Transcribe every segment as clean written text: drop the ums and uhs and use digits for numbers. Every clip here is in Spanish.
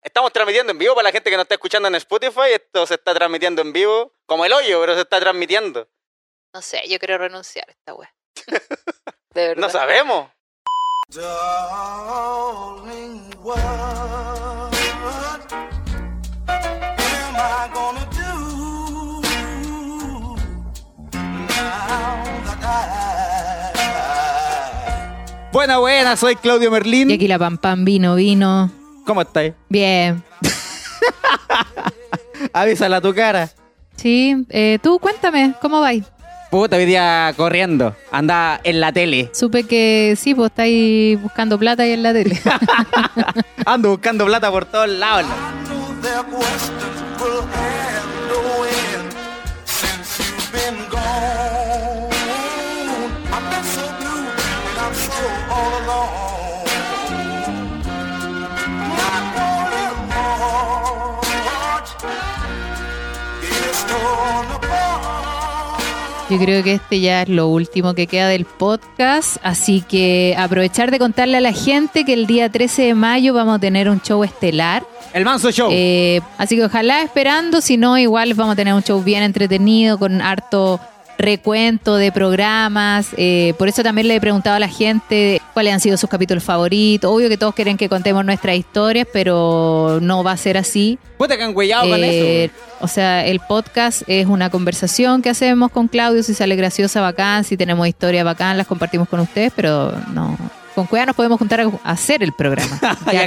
Estamos transmitiendo en vivo para la gente que nos está escuchando en Spotify. Esto se está transmitiendo en vivo. Como el hoyo, pero se está transmitiendo. No sé, yo quiero renunciar a esta wea. De verdad. No sabemos. Darling, what am I gonna do now that Buena, soy Claudio Merlín. Y aquí la pam vino. ¿Cómo estáis? Bien. Avísala a tu cara. Sí, tú cuéntame, ¿cómo vais? Puta, hoy día corriendo. Anda en la tele. Supe que sí, pues estáis buscando plata ahí en la tele. Ando buscando plata por todos lados. I know their questions will have no end since you've been gone. I've been so blue and I'm so all alone. My poor heart is torn apart. Yo creo que este ya es lo último que queda del podcast, así que aprovechar de contarle a la gente que el día 13 de mayo vamos a tener un show estelar. El Manso Show. Así que ojalá esperando, si no igual vamos a tener un show bien entretenido con harto recuento de programas. Por eso también le he preguntado a la gente cuáles han sido sus capítulos favoritos. Obvio que todos quieren que contemos nuestras historias, pero no va a ser así. Puta que han huellado con eso. O sea, el podcast es una conversación que hacemos con Claudio. Si sale graciosa, bacán. Si tenemos historias bacán, las compartimos con ustedes, pero no. Con cuidado nos podemos juntar a hacer el programa. Ya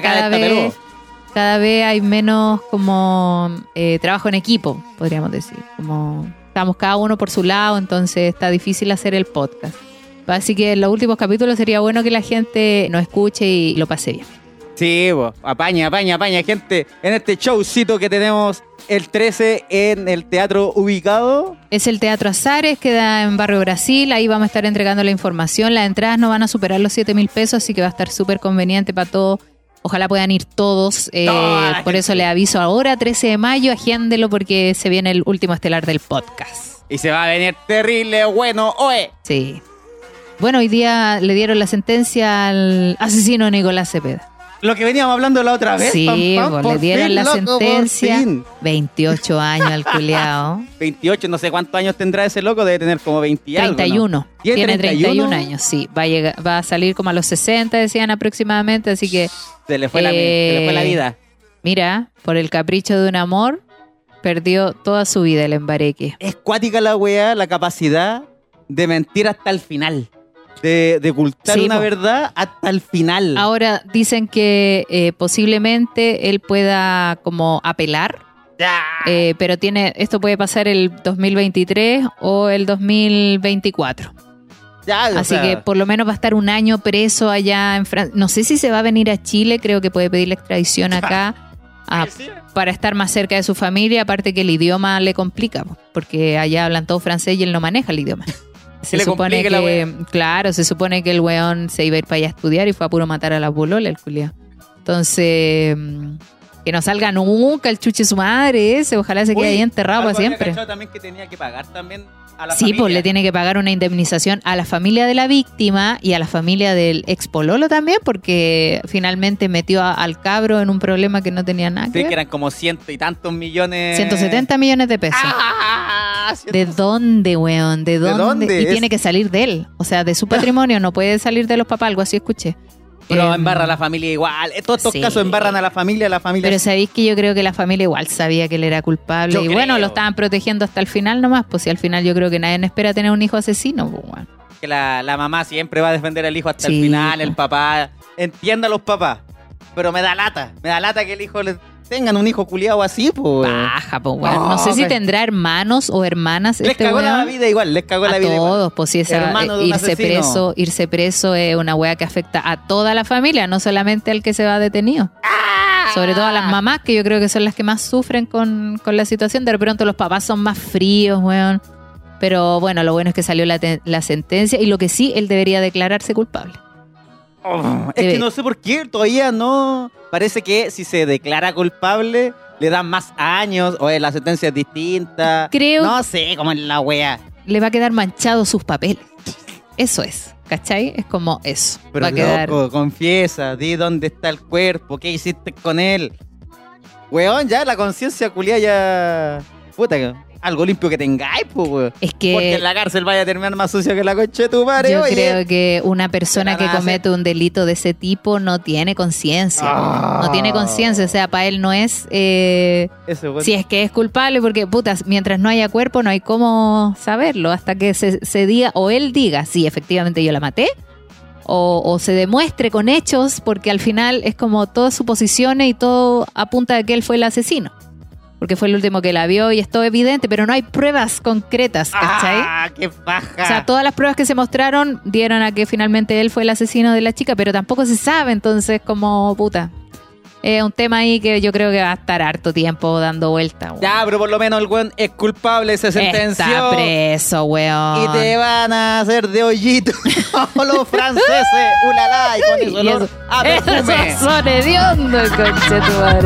cada vez hay menos como trabajo en equipo, podríamos decir. Como estamos cada uno por su lado, entonces está difícil hacer el podcast. Así que en los últimos capítulos sería bueno que la gente nos escuche y lo pase bien. Sí, bo. Apaña, gente. En este showcito que tenemos el 13 en el teatro ubicado. Es el Teatro Azares, queda en Barrio Brasil. Ahí vamos a estar entregando la información. Las entradas no van a superar los 7.000 pesos, así que va a estar súper conveniente para todos. Ojalá puedan ir todos. Por eso le aviso ahora, 13 de mayo, agéndelo porque se viene el último estelar del podcast. Y se va a venir terrible bueno, oe. Sí. Bueno, hoy día le dieron la sentencia al asesino Nicolás Cepeda. Lo que veníamos hablando la otra vez. Sí, por le dieron fin, la loco, sentencia. por fin. 28 años al culiao. 28, no sé cuántos años tendrá ese loco, debe tener como 20 y algo, 31. ¿no? Tiene 31 años, sí. Va a salir como a los 60, decían aproximadamente, así que... Se le fue la vida. Mira, por el capricho de un amor, perdió toda su vida el embaraque. Es cuática la weá, la capacidad de mentir hasta el final. De ocultar una verdad hasta el final. Ahora dicen que posiblemente él pueda como apelar, pero esto puede pasar el 2023 o el 2024. Así que por lo menos va a estar un año preso allá en Francia. No sé si se va a venir a Chile, creo que puede pedir la extradición acá para estar más cerca de su familia, aparte que el idioma le complica, porque allá hablan todo francés y él no maneja el idioma. Se supone que el weón se iba a ir para allá a estudiar y fue a puro matar a la polola, el culiao. Entonces, que no salga nunca el chuche su madre ese, ojalá se quede ahí enterrado para siempre. También que tenía que pagar también a la sí, familia. pues le tiene que pagar una indemnización a la familia de la víctima y a la familia del ex pololo también, porque finalmente metió al cabro en un problema que no tenía nada que ver. Que eran como 100 y tantos millones. 170 millones de pesos. ¿De dónde, weón? ¿De dónde? Y tiene que salir de él. O sea, de su patrimonio. No puede salir de los papás, algo así escuché. Pero embarra a la familia igual. Todos estos casos embarran a la familia. Pero sabéis que yo creo que la familia igual sabía que él era culpable. Y bueno, lo estaban protegiendo hasta el final nomás. Pues si al final yo creo que nadie espera tener un hijo asesino. Pues, bueno. Que la mamá siempre va a defender al hijo hasta el final. El papá. Entienda a los papás. Pero me da lata que el hijo tengan un hijo culiado así, pues. Baja, pues, weón. No sé si tendrá hermanos o hermanas. Les cagó la vida igual, les cagó la vida igual. A todos, pues si irse preso es una wea que afecta a toda la familia, no solamente al que se va detenido. Sobre todo a las mamás, que yo creo que son las que más sufren con la situación. De pronto los papás son más fríos, weón. Pero bueno, lo bueno es que salió la sentencia y lo que sí, él debería declararse culpable. Es que no sé por qué, todavía no. Parece que si se declara culpable, le dan más años, o la sentencia es distinta. No sé, como en la wea. Le va a quedar manchado sus papeles. Eso es, ¿cachai? Es como eso. Pero va a quedar... loco, confiesa, di dónde está el cuerpo, qué hiciste con él. Weón, ya la conciencia culia ya... Puta, algo limpio que tengáis, pues, weón. Es que... Porque en la cárcel vaya a terminar más sucia que la concha de tu madre, Yo oye. creo que una persona que comete un delito de ese tipo no tiene conciencia. No tiene conciencia, o sea, para él no es... si es que es culpable, porque, putas, mientras no haya cuerpo no hay cómo saberlo, hasta que se diga, o él diga, sí, efectivamente yo la maté, o se demuestre con hechos, porque al final es como todas suposiciones y todo apunta a que él fue el asesino. Porque fue el último que la vio y es todo evidente, pero no hay pruebas concretas, ¿cachai? ¡Ah, qué paja! O sea, todas las pruebas que se mostraron dieron a que finalmente él fue el asesino de la chica, pero tampoco se sabe, entonces como puta. Es un tema ahí que yo creo que va a estar harto tiempo dando vuelta. Weón. Ya, pero por lo menos el weón es culpable, se sentenció. Está preso, weón. Y te van a hacer de hoyito los franceses, ulala, y con ese olor a perfume. Esos son hediondos, conchetumadre.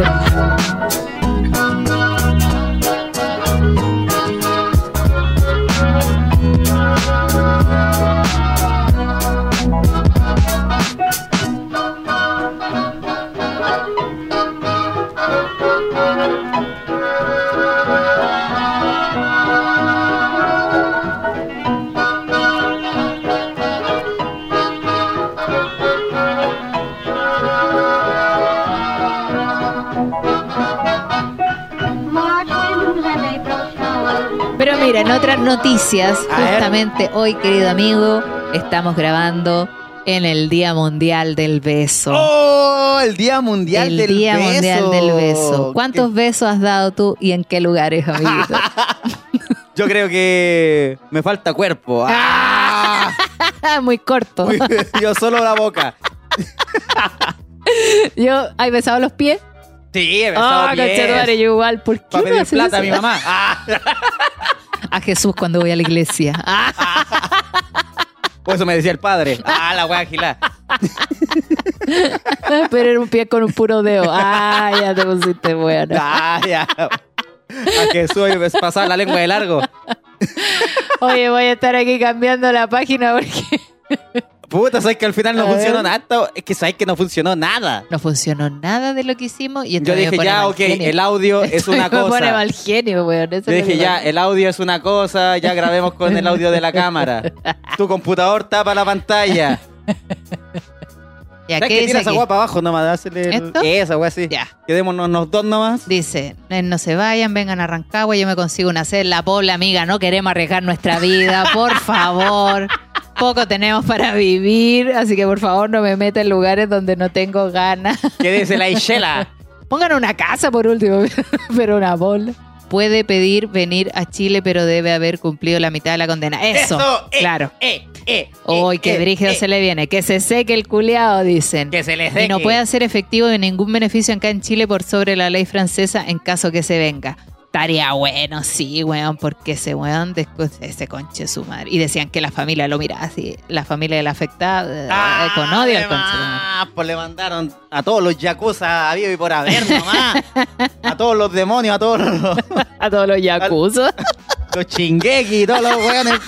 Pero mira, en otras noticias, justamente hoy, querido amigo, estamos grabando en el Día Mundial del Beso. ¡Oh! El Día Mundial del Beso. El Día Mundial del Beso. ¿Cuántos besos has dado tú y en qué lugares, amiguito? Yo creo que me falta cuerpo. ¡Ah! Muy corto. Yo solo la boca. ¿Has besado los pies? Sí, he besado pies. Yo igual. ¿Por qué para pedir plata eso? a mi mamá. A Jesús cuando voy a la iglesia. Por eso me decía el padre. La wea gilá. Pero era un pie con un puro dedo. Ya te pusiste buena. Ya. A Jesús pasaba la lengua de largo. Oye, voy a estar aquí cambiando la página porque... Puta, sabes que al final no funcionó nada. Es que sabes que no funcionó nada. No funcionó nada de lo que hicimos. Y yo dije ya, ok, el audio es una cosa. Me pone mal genio, weón. Yo dije ya, el audio es una cosa, ya grabemos con el audio de la cámara. Tu computador tapa la pantalla. Ya, ¿sabes ¿qué que tira esa aquí? guapa abajo nomás? Dásele ¿Esto? Esa guapa, sí. Ya. Quedémonos dos nomás. Dice, no se vayan, vengan a Rancagua, yo me consigo una celda. Pobre amiga, no queremos arriesgar nuestra vida, por favor. Poco tenemos para vivir, así que por favor no me meta en lugares donde no tengo ganas. Quédese la Ishela. Pongan una casa por último, pero una bola. Puede pedir venir a Chile, pero debe haber cumplido la mitad de la condena. Eso claro. Uy, qué brígido se le viene. Que se seque el culiao, dicen. Que se le seque. Y no puede hacer efectivo de ningún beneficio acá en Chile por sobre la ley francesa en caso que se venga. Estaría bueno, sí, weón, porque ese weón después ese conche su madre. Y decían que la familia lo miraba así, la familia del afectado, con odio al conche. Pues le mandaron a todos los yakuza a vivo y por haber nomás. A todos los demonios, a todos los... A todos los yakuza. Los Shingeki, todos los weones.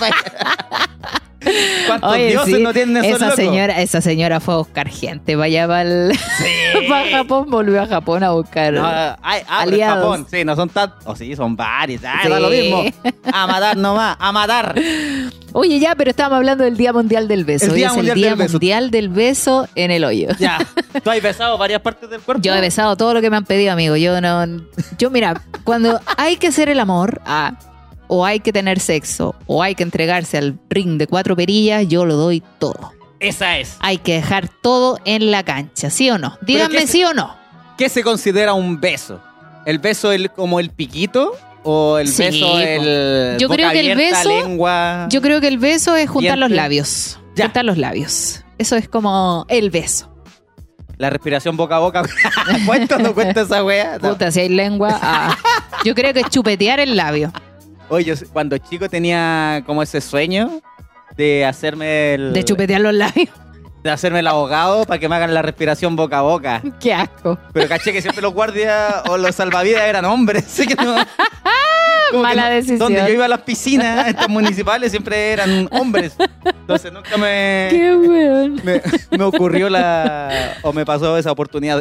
¿Cuántos dioses no tienen esos locos? Esa señora fue a buscar gente. Vaya para Japón, volvió a Japón a buscar aliados. Japón, sí, no son tantos. Sí, son varios. Da lo mismo. A matar nomás, a matar. Oye, ya, pero estábamos hablando del Día Mundial del Beso. El Día Mundial del Beso en el hoyo. Ya. ¿Tú has besado varias partes del cuerpo? Yo he besado todo lo que me han pedido, amigo. Yo, mira, cuando hay que hacer el amor, o hay que tener sexo, o hay que entregarse al ring de 4 perillas, yo lo doy todo. Esa es. Hay que dejar todo en la cancha, ¿sí o no? Díganme sí o no. ¿Qué se considera un beso? ¿El beso como el piquito? ¿O el beso el yo boca creo que abierta, el beso, lengua? Yo creo que el beso es juntar diente. los labios. Ya. Juntar los labios. Eso es como el beso. La respiración boca a boca. ¿Cuenta o no cuenta esa wea? No. Puta, si hay lengua. Yo creo que es chupetear el labio. Oye, yo cuando chico tenía como ese sueño de hacerme de chupetear los labios. De hacerme el abogado para que me hagan la respiración boca a boca. Qué asco. Pero caché que siempre los guardias o los salvavidas eran hombres. Así que no. Mala decisión. Donde yo iba a las piscinas, estas municipales, siempre eran hombres. Entonces nunca Qué weón. me ocurrió o me pasó esa oportunidad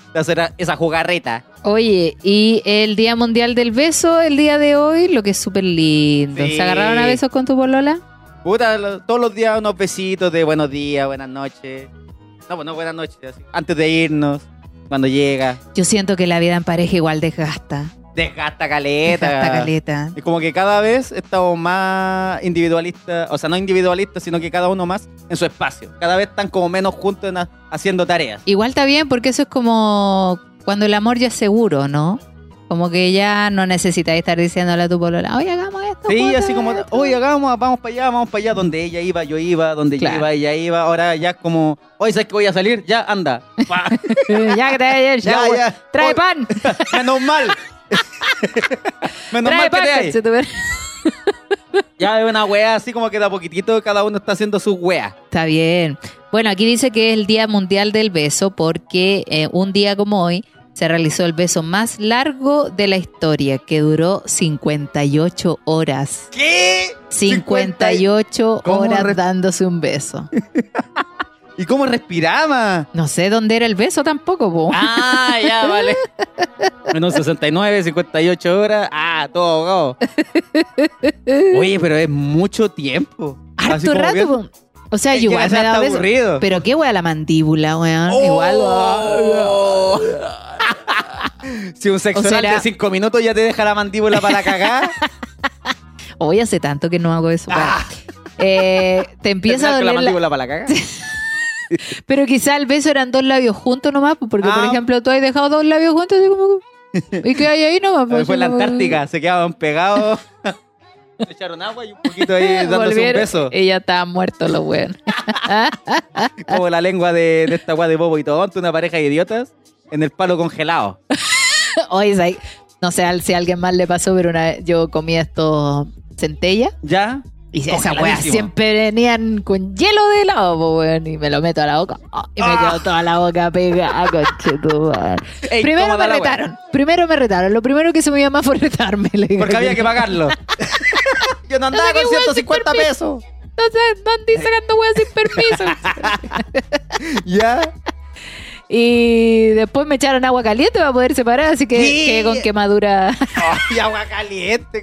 de hacer esa jugarreta. Oye, y el Día Mundial del Beso, el día de hoy, lo que es súper lindo. Sí. ¿Se agarraron a besos con tu polola? Puta, todos los días unos besitos de buenos días, buenas noches. No, buenas noches, así. Antes de irnos, cuando llega. Yo siento que la vida en pareja igual desgasta. Desgasta caleta. Desgasta caleta. Y como que cada vez estamos más individualistas, o sea, no individualistas, sino que cada uno más en su espacio. Cada vez están como menos juntos haciendo tareas. Igual está bien porque eso es como cuando el amor ya es seguro, ¿no? Como que ya no necesitas estar diciéndole a tu polola, oye, hagamos esto. Sí, así como, oye, vamos para allá, donde ella iba, yo iba, donde Claro. yo iba, ella iba. Ahora ya como, oye, ¿sabes que voy a salir? Ya, anda. Ya que te ayer, Ya. trae Oye, pan. Menos mal. Menos Trae mal que pan, te hay. conchetumare. Ya es una wea así como que de a poquitito cada uno está haciendo sus weas. Está bien. Bueno, aquí dice que es el Día Mundial del Beso porque un día como hoy se realizó el beso más largo de la historia, que duró 58 horas. ¿Qué? 58 ¿Cómo horas dándose un beso. ¿Y cómo respiraba? No sé dónde era el beso tampoco, po. Ah, ya, vale. Menos 69, 58 horas. Ah, todo ahogado. Oye, pero es mucho tiempo. Así Harto como rato, bien- po. O sea, Es que igual ya me da está beso. aburrido. Pero qué wea la mandíbula, weón. Oh. Igual. Si un sexo O será- de 5 minutos ya te deja la mandíbula para cagar. Hoy hace tanto que no hago eso. Ah. Te empieza a ¿Terminar con la doler la... mandíbula para cagar? Pero quizá el beso eran 2 labios juntos nomás, pues, porque por Ah. ejemplo tú has dejado 2 labios juntos así como... ¿Y qué hay ahí nomás? Pues, Fue en la así como- Antártica, se quedaban pegados. Se echaron agua y un poquito ahí dándose un Volvieron beso. y ya estaban muertos los weones. Como la lengua de esta weá de Bobo y Tonto, una pareja de idiotas en el palo congelado. Oye, ¿sabes? No sé si a alguien más le pasó, pero una vez yo comí estos centella ¿Ya? y esa weá Congeladísimo. siempre venían con hielo de helado, po, weón, y me lo meto a la boca y me quedó toda la boca pegada, conchetumare. Ey, Primero cómoda me la weá. retaron. Lo primero que se me iba más fue retarme. Le dije, Porque había que pagarlo. Yo no andaba No sé qué con weá, 150 sin pesos. No andí sacando weas sin permiso. ¿Ya? Y después me echaron agua caliente para poder separar, así que ¿Qué? quedé con quemadura. ¡Ay, agua caliente!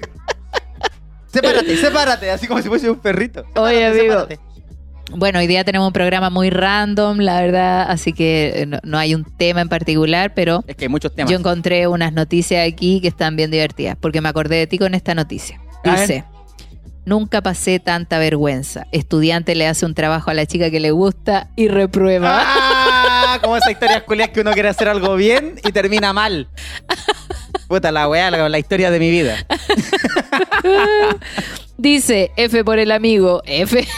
Sepárate, así como si fuese un perrito. Oye, amigo. Sepárate. Bueno, hoy día tenemos un programa muy random, la verdad, así que no hay un tema en particular, pero Es que hay muchos temas. yo encontré unas noticias aquí que están bien divertidas, porque me acordé de ti con esta noticia. A Dice, nunca pasé tanta vergüenza. Estudiante le hace un trabajo a la chica que le gusta y reprueba. ¡Ah! Como esas historias culias que uno quiere hacer algo bien y termina mal. Puta la weá, la historia de mi vida. Dice, F por el amigo, F.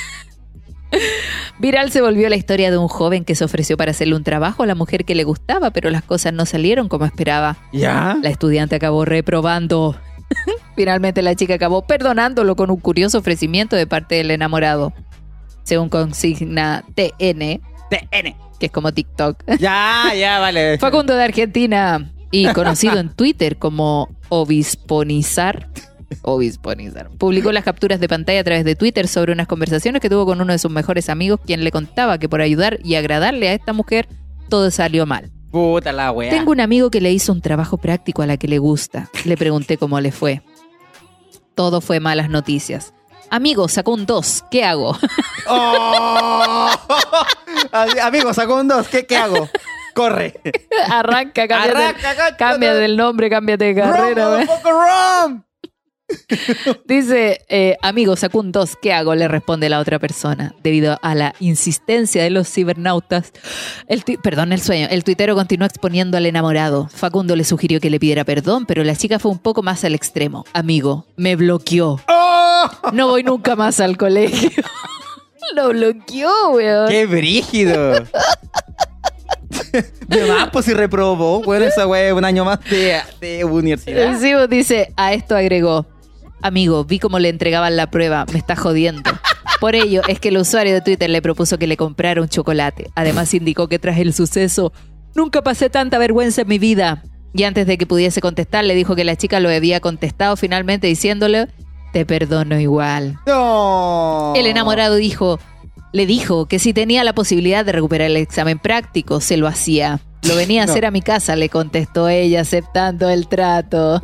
Viral se volvió la historia de un joven que se ofreció para hacerle un trabajo a la mujer que le gustaba, pero las cosas no salieron como esperaba. ¿Ya? La estudiante acabó reprobando. Finalmente la chica acabó perdonándolo con un curioso ofrecimiento de parte del enamorado. Según consigna TN, que es como TikTok. Ya, vale. Facundo de Argentina y conocido en Twitter como Obisponizar, publicó las capturas de pantalla a través de Twitter sobre unas conversaciones que tuvo con uno de sus mejores amigos, quien le contaba que por ayudar y agradarle a esta mujer todo salió mal. Puta la weá. Tengo un amigo que le hizo un trabajo práctico a la que le gusta. Le pregunté cómo le fue. Todo fue malas noticias. Amigo, sacó un 2. ¿Qué hago? ¡Oh! Amigo, sacó un 2. ¿Qué hago? Corre. Arranca, Arranca, cambia del nombre, cámbiate de carrera. Run, ¿ve? motherfucker, run. Dice, amigo, sacó un 2, ¿qué hago? Le responde la otra persona. Debido a la insistencia de los cibernautas, el tuitero continuó exponiendo al enamorado. Facundo le sugirió que le pidiera perdón, pero la chica fue un poco más al extremo. Amigo, me bloqueó. ¡Oh! No voy nunca más al colegio. Lo bloqueó, weón. ¡Qué brígido! De más, pues si reprobó, bueno, esa weá es un año más de universidad. Sí, dice, a esto agregó, amigo, vi cómo le entregaban la prueba, me está jodiendo. Por ello, es que el usuario de Twitter le propuso que le comprara un chocolate. Además indicó que tras el suceso, nunca pasé tanta vergüenza en mi vida. Y antes de que pudiese contestar, le dijo que la chica lo había contestado finalmente diciéndole, te perdono igual. No. El enamorado le dijo que si tenía la posibilidad de recuperar el examen práctico, se lo hacía. Lo venía a hacer a mi casa, le contestó ella, aceptando el trato.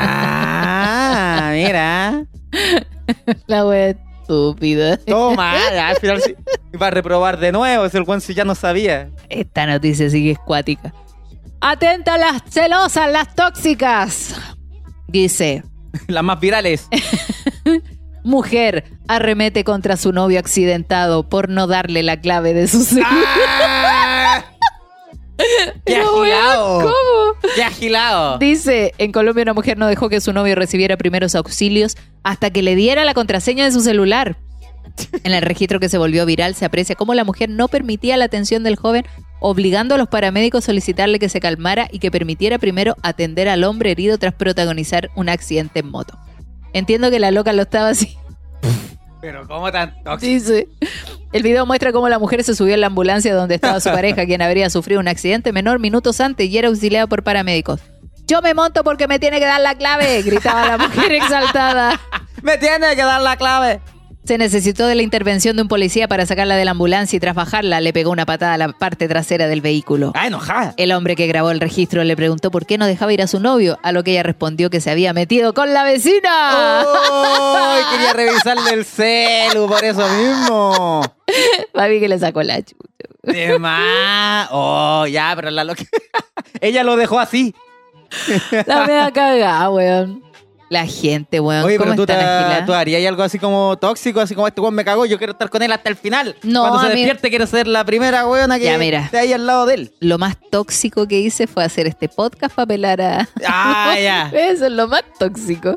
Ya, mira. La wea estúpida. Toma, al final sí, va a reprobar de nuevo, si el buen si ya no sabía. Esta noticia sí que es cuática. Atenta a las celosas, las tóxicas. Dice... Las más virales. Mujer arremete contra su novio accidentado por no darle la clave de su celular. ¡Ah! ¡Qué agilado! ¿Cómo? ¡Qué agilado! Dice, en Colombia una mujer no dejó que su novio recibiera primeros auxilios hasta que le diera la contraseña de su celular. En el registro que se volvió viral se aprecia cómo la mujer no permitía la atención del joven, obligando a los paramédicos a solicitarle que se calmara y que permitiera primero atender al hombre herido tras protagonizar un accidente en moto. Entiendo que la loca lo estaba así. Pero ¿cómo tan tóxico? Dice, el video muestra cómo la mujer se subió a la ambulancia donde estaba su pareja, quien habría sufrido un accidente menor minutos antes y era auxiliado por paramédicos. Yo me monto porque me tiene que dar la clave, gritaba la mujer exaltada. ¡Me tiene que dar la clave! Se necesitó de la intervención de un policía para sacarla de la ambulancia y tras bajarla le pegó una patada a la parte trasera del vehículo. ¡Ah, enojada! El hombre que grabó el registro le preguntó por qué no dejaba ir a su novio, a lo que ella respondió que se había metido con la vecina. ¡Oh! Quería revisarle el celu por eso mismo. Papi que le sacó la chucha. De más. Oh, ya, pero la loca. Ella lo dejó así. La mega cagada, weón. La gente, weón. Oye, pero ¿Cómo tú harías algo así como tóxico, así como este weón me cagó, yo quiero estar con él hasta el final. No, cuando se a mí... despierte quiero ser la primera weona que esté ahí al lado de él. Lo más tóxico que hice fue hacer este podcast para pelar a... Ah, ya. Eso es lo más tóxico.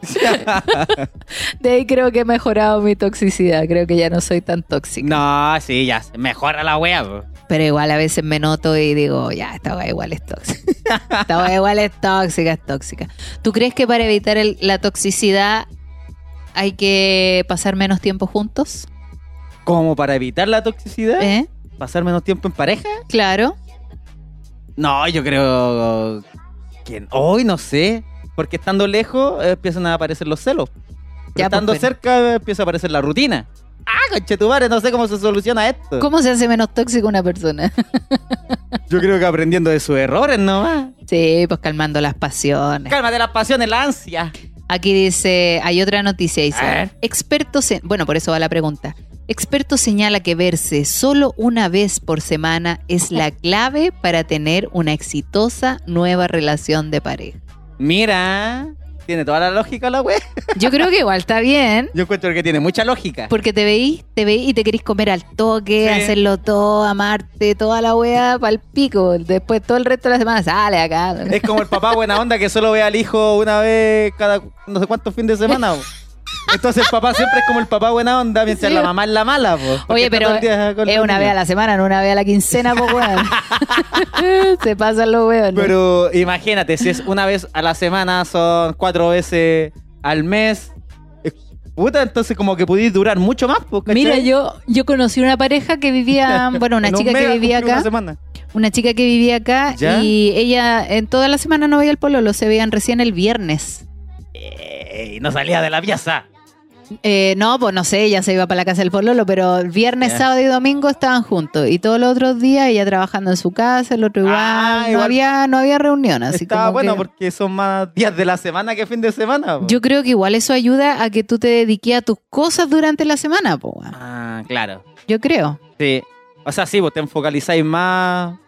De ahí creo que he mejorado mi toxicidad. Creo que ya no soy tan tóxica. No, sí, ya. Mejora la wea, po. Pero igual a veces me noto y digo, ya, esta wea igual es tóxica. Esta wea igual es tóxica. ¿Tú crees que para evitar la toxicidad hay que pasar menos tiempo juntos? ¿Como para evitar la toxicidad? ¿Pasar menos tiempo en pareja? Claro. No, yo creo que hoy no sé. Porque estando lejos empiezan a aparecer los celos. Pero estando cerca empieza a aparecer la rutina. Conchetumare, no sé cómo se soluciona esto. ¿Cómo se hace menos tóxico una persona? Yo creo que aprendiendo de sus errores nomás. Sí, pues calmando las pasiones. Cálmate las pasiones, la ansia. Aquí dice, hay otra noticia, dice, bueno, por eso va la pregunta. Experto señala que verse solo una vez por semana es la clave para tener una exitosa nueva relación de pareja. Mira... Tiene toda la lógica la wea. Yo creo que igual está bien. Yo encuentro que tiene mucha lógica. Porque te veís y te querís comer al toque, sí. Hacerlo todo, amarte, toda la wea pa'l pico. Después todo el resto de la semana sale acá. Es como el papá buena onda que solo ve al hijo una vez cada no sé cuántos fines de semana. Entonces el papá siempre es como el papá buena onda, mientras la mamá es la mala. Oye, pero es una vez a la semana, no una vez a la quincena, pues weón. Se pasan los weones. Pero imagínate, si es una vez a la semana, son 4 veces al mes. Puta, entonces como que pudiste durar mucho más. ¿Cachai? Mira, yo conocí una pareja que vivía, bueno, una chica que vivía acá. Una chica que vivía acá. ¿Ya? Y ella en toda la semana no veía el pololo, se veían recién el viernes. Y no salía de la pieza. No, pues no sé, ella se iba para la casa del pololo, pero el viernes, sábado y domingo estaban juntos. Y todos los otros días ella trabajando en su casa, el otro igual. No había reunión. Así estaba como bueno que... porque son más días de la semana que fin de semana. Po. Yo creo que igual eso ayuda a que tú te dediques a tus cosas durante la semana. Po. Claro. Yo creo. Sí. O sea, sí, vos te enfocalizáis más,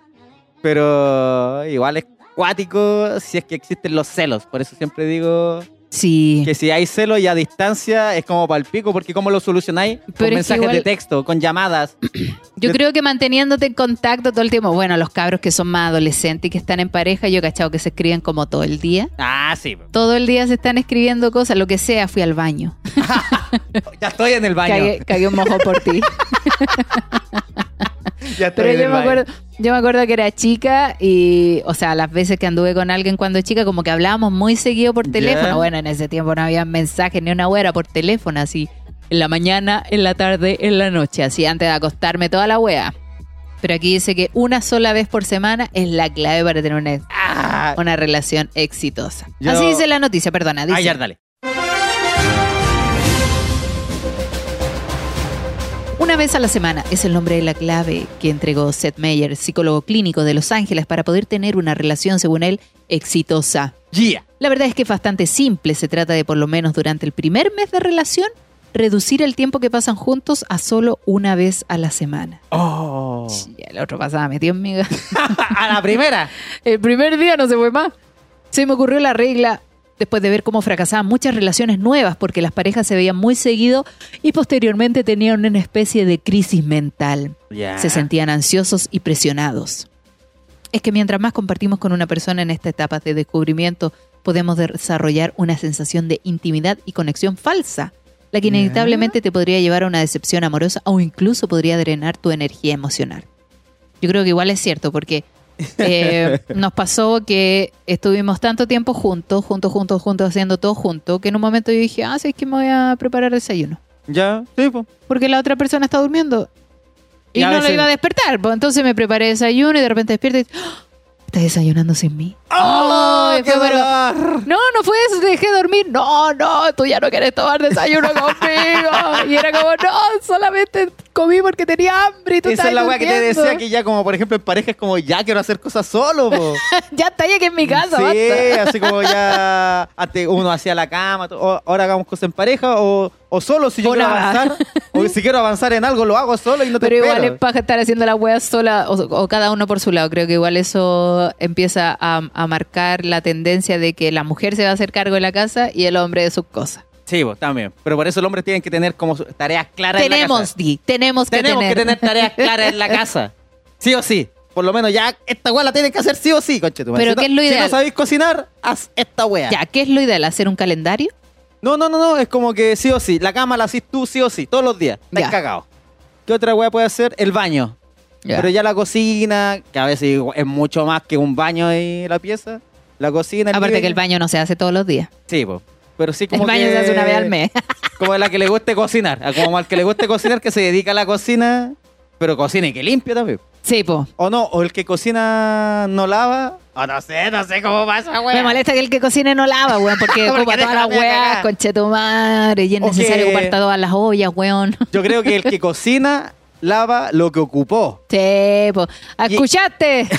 pero igual es cuático si es que existen los celos. Por eso siempre digo... Sí. Que si hay celos y a distancia es como para el pico, porque ¿cómo lo solucionáis? Con mensajes de texto, con llamadas. Yo creo que manteniéndote en contacto todo el tiempo. Bueno, los cabros que son más adolescentes y que están en pareja, yo he cachado que se escriben como todo el día. Sí. Todo el día se están escribiendo cosas, lo que sea. Fui al baño. Ya estoy en el baño. Cagué un mojo por ti. Pero yo me acuerdo que era chica y, o sea, las veces que anduve con alguien cuando chica, como que hablábamos muy seguido por teléfono. Bueno, en ese tiempo no había mensajes ni una wea, por teléfono, así, en la mañana, en la tarde, en la noche, así, antes de acostarme toda la wea. Pero aquí dice que una sola vez por semana es la clave para tener una relación exitosa. Así dice la noticia, perdona. Dice, ya, dale. Una vez a la semana es el nombre de la clave que entregó Seth Meyer, psicólogo clínico de Los Ángeles, para poder tener una relación, según él, exitosa. Yeah. La verdad es que es bastante simple. Se trata de, por lo menos durante el primer mes de relación, reducir el tiempo que pasan juntos a solo una vez a la semana. Oh. Y el otro pasaba metido en miga. A la primera. El primer día no se fue más. Se me ocurrió la regla después de ver cómo fracasaban muchas relaciones nuevas porque las parejas se veían muy seguido y posteriormente tenían una especie de crisis mental. Yeah. Se sentían ansiosos y presionados. Es que mientras más compartimos con una persona en esta etapa de descubrimiento, podemos desarrollar una sensación de intimidad y conexión falsa, la que inevitablemente te podría llevar a una decepción amorosa o incluso podría drenar tu energía emocional. Yo creo que igual es cierto porque nos pasó que estuvimos tanto tiempo juntos, haciendo todo junto, que en un momento yo dije, sí, es que me voy a preparar desayuno. Ya, sí, pues. Porque la otra persona está durmiendo y no lo iba a despertar. Pues entonces me preparé desayuno y de repente despierto y ¡oh! ¿Estás desayunando sin mí? ¡Oh, qué dolor! No fue eso, te dejé dormir. No, tú ya no quieres tomar desayuno conmigo. Y era como, no, solamente comí porque tenía hambre y tú esa estás es la weá que te decía, que ya como por ejemplo en pareja es como, ya quiero hacer cosas solo, po. Ya está ahí aquí en mi casa, sí, basta. así como ya antes uno hacía la cama, ahora hagamos cosas en pareja o solo si yo quiero avanzar, o si quiero avanzar en algo lo hago solo y no te Pero espero. igual es paja estar haciendo la wea sola o cada uno por su lado. Creo que igual eso empieza a marcar la tendencia de que la mujer se va a hacer cargo de la casa y el hombre de sus cosas. Sí, vos también. Pero por eso el hombre tiene que tener como tareas claras en la casa. Tenemos que tener tareas claras en la casa. Sí o sí. Por lo menos ya esta weá la tienen que hacer sí o sí, conchetumare. Pero ¿qué es lo ideal? Si no sabéis cocinar, haz esta weá. Ya, ¿qué es lo ideal? ¿Hacer un calendario? No, es como que sí o sí. La cama la haces tú sí o sí, todos los días. Estás Ya. cagado. ¿Qué otra weá puede hacer? El baño. Ya. Pero ya la cocina, que a veces es mucho más que un baño y la pieza. La cocina, Aparte living. que el baño no se hace todos los días. Sí, pues. Pero sí como El baño que... se hace una vez al mes. Como a la que le guste cocinar. Como al que le guste cocinar, que se dedica a la cocina, pero cocina y que limpia también. Sí, po. O no, o el que cocina no lava. O no sé cómo pasa, güey. Me molesta que el que cocine no lava, weón, porque ocupa todas las weas, conchetumare, y es O necesario que- ocupar todas las ollas, weón. Yo creo que el que cocina lava lo que ocupó. Sí, po. ¿Escuchaste?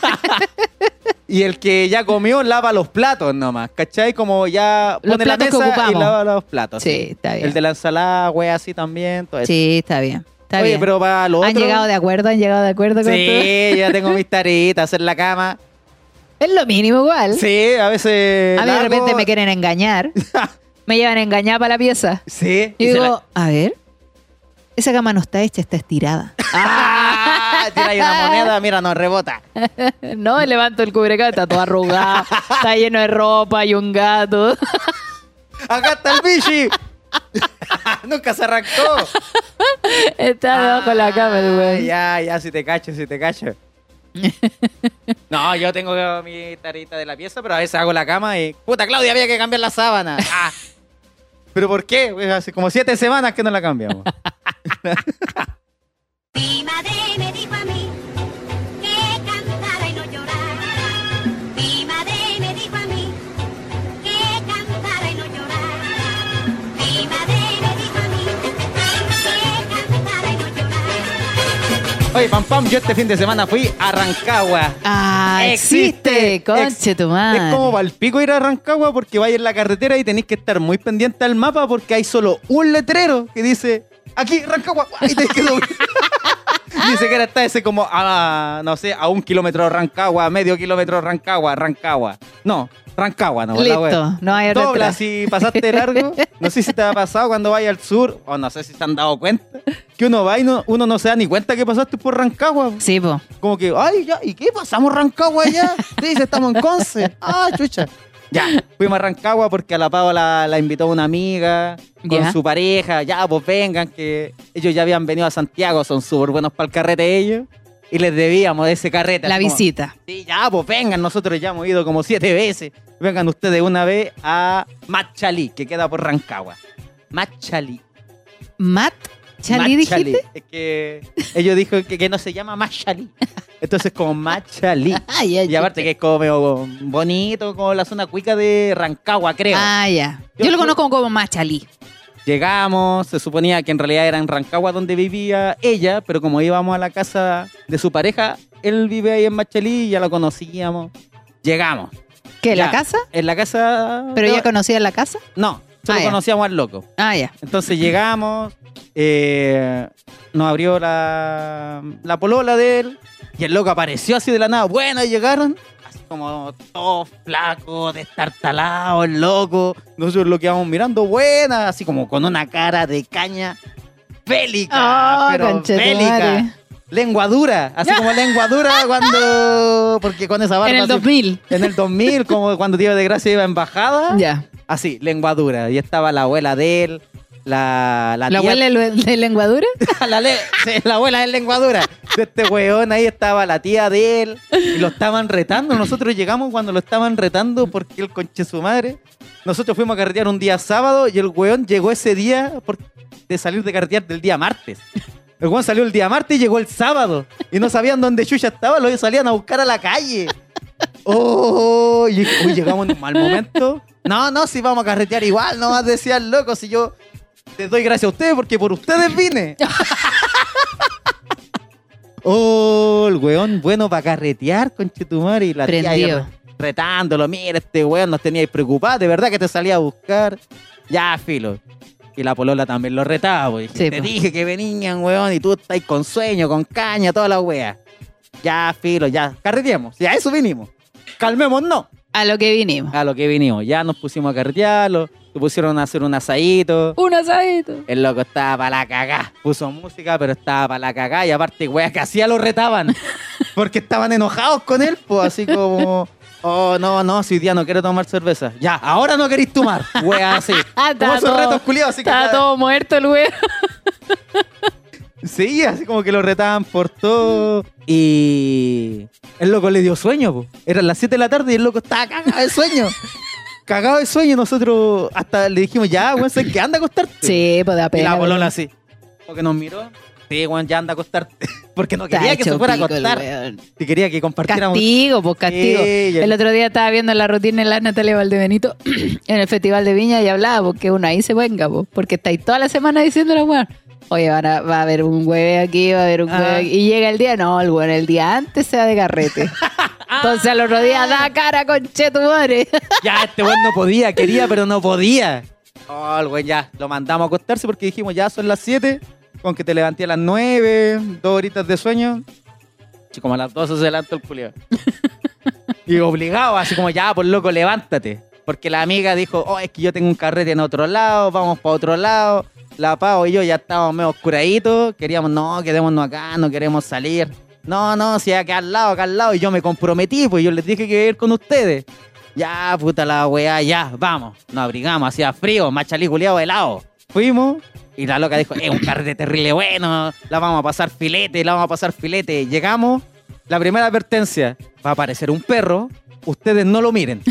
Y el que ya comió lava los platos nomás, ¿cachai? Como ya Los pone la platos que mesa y ocupamos. lava los platos. Sí, está bien. El de la ensalada, güey, así también. Todo eso. Sí, está bien. Está Oye, bien. pero para lo ¿Han otro... llegado de acuerdo? con todo? Sí, ya tengo mis taritas, hacer la cama. Es lo mínimo igual. Sí, a veces... A mí de largo. repente me quieren engañar. Me llevan a engañar para la pieza. Sí. Y se digo, a ver, esa cama no está hecha, está estirada. Tira ahí una moneda, mira, no rebota. No, levanto el cubrecama, está todo arrugado, está lleno de ropa y un gato. Acá está el bichi. Nunca se arrancó. Está debajo de la cama el güey. Ya, si te cacho. No, yo tengo mi tarita de la pieza, pero a veces hago la cama y... Puta, Claudia, había que cambiar la sábana. ¿Pero por qué? Pues hace como 7 semanas que no la cambiamos. Mi madre me dijo a mí que cantara y no llorara. Mi madre me dijo a mí que cantara y no llorara. Mi madre me dijo a mí que cantara y no llorara. Oye, Pam, yo este fin de semana fui a Rancagua. Existe, conche tu madre. Es como palpico ir a Rancagua porque vais en la carretera y tenéis que estar muy pendiente al mapa porque hay solo un letrero que dice aquí, Rancagua, y tenés que doblar. Dice que era está ese como a, no sé, a 1 kilómetro de Rancagua, a medio kilómetro de Rancagua. No, Rancagua, no. Listo, la wea. no hay otra Dobla atrás. si pasaste largo. No sé si te ha pasado cuando vayas al sur, o no sé si se han dado cuenta, que uno va y uno no se da ni cuenta que pasaste por Rancagua. Sí, po. Como que, ay, ya, ¿y qué? ¿Pasamos Rancagua ya? Dice, estamos en Conce. Ah, chucha. Ya, fuimos a Rancagua porque a la Pau la invitó una amiga con Ya. su pareja. Ya, pues vengan, que ellos ya habían venido a Santiago, son súper buenos para el carrete ellos. Y les debíamos de ese carrete. La así como, visita. sí, ya, pues vengan, nosotros ya hemos ido como 7 veces. Vengan ustedes una vez a Machalí, que queda por Rancagua. Machalí. ¿Matt? ¿Chalí Machalí. dijiste? Es que ellos dijeron que no se llama Machalí. Entonces como Machalí. Ay, ay, Y aparte que es como medio bonito, como la zona cuica de Rancagua, creo. Ah, ya. Yo Yo lo fui- conozco como Machalí. Llegamos, se suponía que en realidad era en Rancagua donde vivía ella, pero como íbamos a la casa de su pareja, él vive ahí en Machalí y ya lo conocíamos. Llegamos. ¿Qué, Ya, la casa? En la casa... ¿Pero ya conocía la casa? No, solo Ah, ya. conocíamos al loco. Ah, ya. Entonces llegamos, nos abrió la polola de él y el loco apareció así de la nada. Bueno, llegaron, así como todo flaco, destartalado, el loco. Nosotros lo quedamos mirando, buena, así como con una cara de caña bélica, Ah, pero conchetumare. bélica. Lengua dura, así como lengua dura cuando... Porque con esa barba... En el así- 2000. En el 2000, como cuando Tío de Gracia iba a embajada. Ya. Así, lengua dura. Y estaba la abuela de él, la ¿La tía- abuela de lenguadura? sí, la abuela de lengua dura. De este weón, ahí estaba la tía de él. Y lo estaban retando. Nosotros llegamos cuando lo estaban retando porque el conche su madre. Nosotros fuimos a carretear un día sábado y el weón llegó ese día de salir de carretear del día martes. El weón salió el día martes y llegó el sábado. Y no sabían dónde Chucha estaba, lo salían a buscar a la calle. Oh, y uy, llegamos en un mal momento. No, si vamos a carretear igual, no más decía el loco, si yo les doy gracias a ustedes porque por ustedes vine. Oh, el weón bueno para carretear, conchetumare, y la tía ahí Prendido. retándolo, mira, este weón nos teníais preocupados, de verdad que te salía a buscar. Ya, filo. Y la polola también lo retaba, pues. Sí, Te po. dije que venían, weón, y tú estás con sueño, con caña, toda la wea. Ya, filo, ya, carreteamos, ya, eso vinimos. Calmémonos. A lo que vinimos. A lo que vinimos, ya nos pusimos a carretearlo, se pusieron a hacer un asadito. Un asadito. El loco estaba para la cagá. Puso música, pero estaba para la cagá. Y aparte, weas que hacía lo retaban. Porque estaban enojados con él, pues así como... Oh, no, si hoy día no quiero tomar cerveza. Ya, ahora no queréis tomar. Wea así. Como Estaba esos todo- retos culiados, así que... Estaba todo muerto el weón. Sí, así como que lo retaban por todo. Y el loco le dio sueño, po. Eran las 7 de la tarde y el loco estaba cagado de sueño. Cagado de sueño. Nosotros hasta le dijimos, ya, weón, ¿sabes qué? Anda a acostarte. Sí, pues da Y pena. la polola así. Porque nos miró. Sí, weón, ya anda a acostarte. Porque no quería que se fuera a acostar. Y quería que compartiéramos. Castigo, pues castigo. Sí, ya- El otro día estaba viendo la rutina de la Natalia Valdebenito en el Festival de Viña y hablaba porque uno ahí se venga, pues, porque estáis toda la semana diciéndole, weón, oye, va a haber un hueve aquí, va a haber un hueve aquí. Y llega el día, no, el weón, el día antes se va de carrete. Entonces al otro día da cara, conche tu madre. Ya, este weón no podía, quería, pero no podía. Oh, el weón ya, lo mandamos a acostarse porque dijimos, ya son las 7, con que te levanté a las 9, 2 horitas de sueño. Y como a las 12 se levantó el culiao. Y obligado, así como, ya, por loco, levántate. Porque la amiga dijo, oh, es que yo tengo un carrete en otro lado, vamos para otro lado. La Pau y yo ya estábamos medio oscuraditos, queríamos, no, quedémonos acá, no queremos salir. No, si acá al lado, y yo me comprometí, pues yo les dije que iba a ir con ustedes. Ya, puta la weá, ya, vamos. Nos abrigamos, hacía frío, machalí culiado helado. Fuimos, y la loca dijo, un carrete terrible bueno, la vamos a pasar filete. Llegamos, la primera advertencia, va a aparecer un perro, ustedes no lo miren.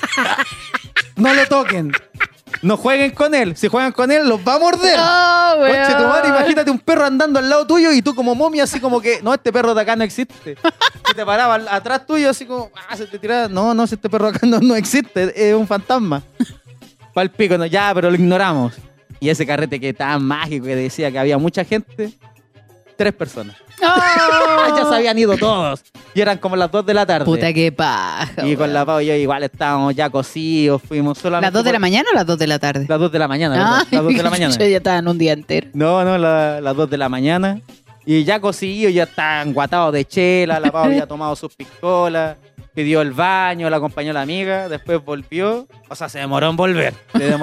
No lo toquen. No jueguen con él. Si juegan con él, los va a morder. No, weón. Conche tu madre, imagínate un perro andando al lado tuyo y tú como momia así como que, no, este perro de acá no existe. Si te paraba atrás tuyo así como, se te tiraba, no, si este perro acá no existe, es un fantasma. Pa'l pico, no, ya, pero lo ignoramos. Y ese carrete que tan mágico que decía que había mucha gente, 3 personas. Oh. Ya se habían ido todos. Y eran como las 2 de la tarde. Puta que paja. Y con la Pau y yo igual estábamos ya cosidos, fuimos solamente... ¿Las 2 de la mañana o las 2 de la tarde? Las 2 de la mañana, Ah, las 2 de la mañana. Yo ya estaba en un día entero. No, las 2 de la mañana. Y ya cosidos, ya estaban guatados de chela, la Pau había tomado sus piscolas, pidió el baño, la acompañó la amiga, después volvió, o sea, se demoró en volver,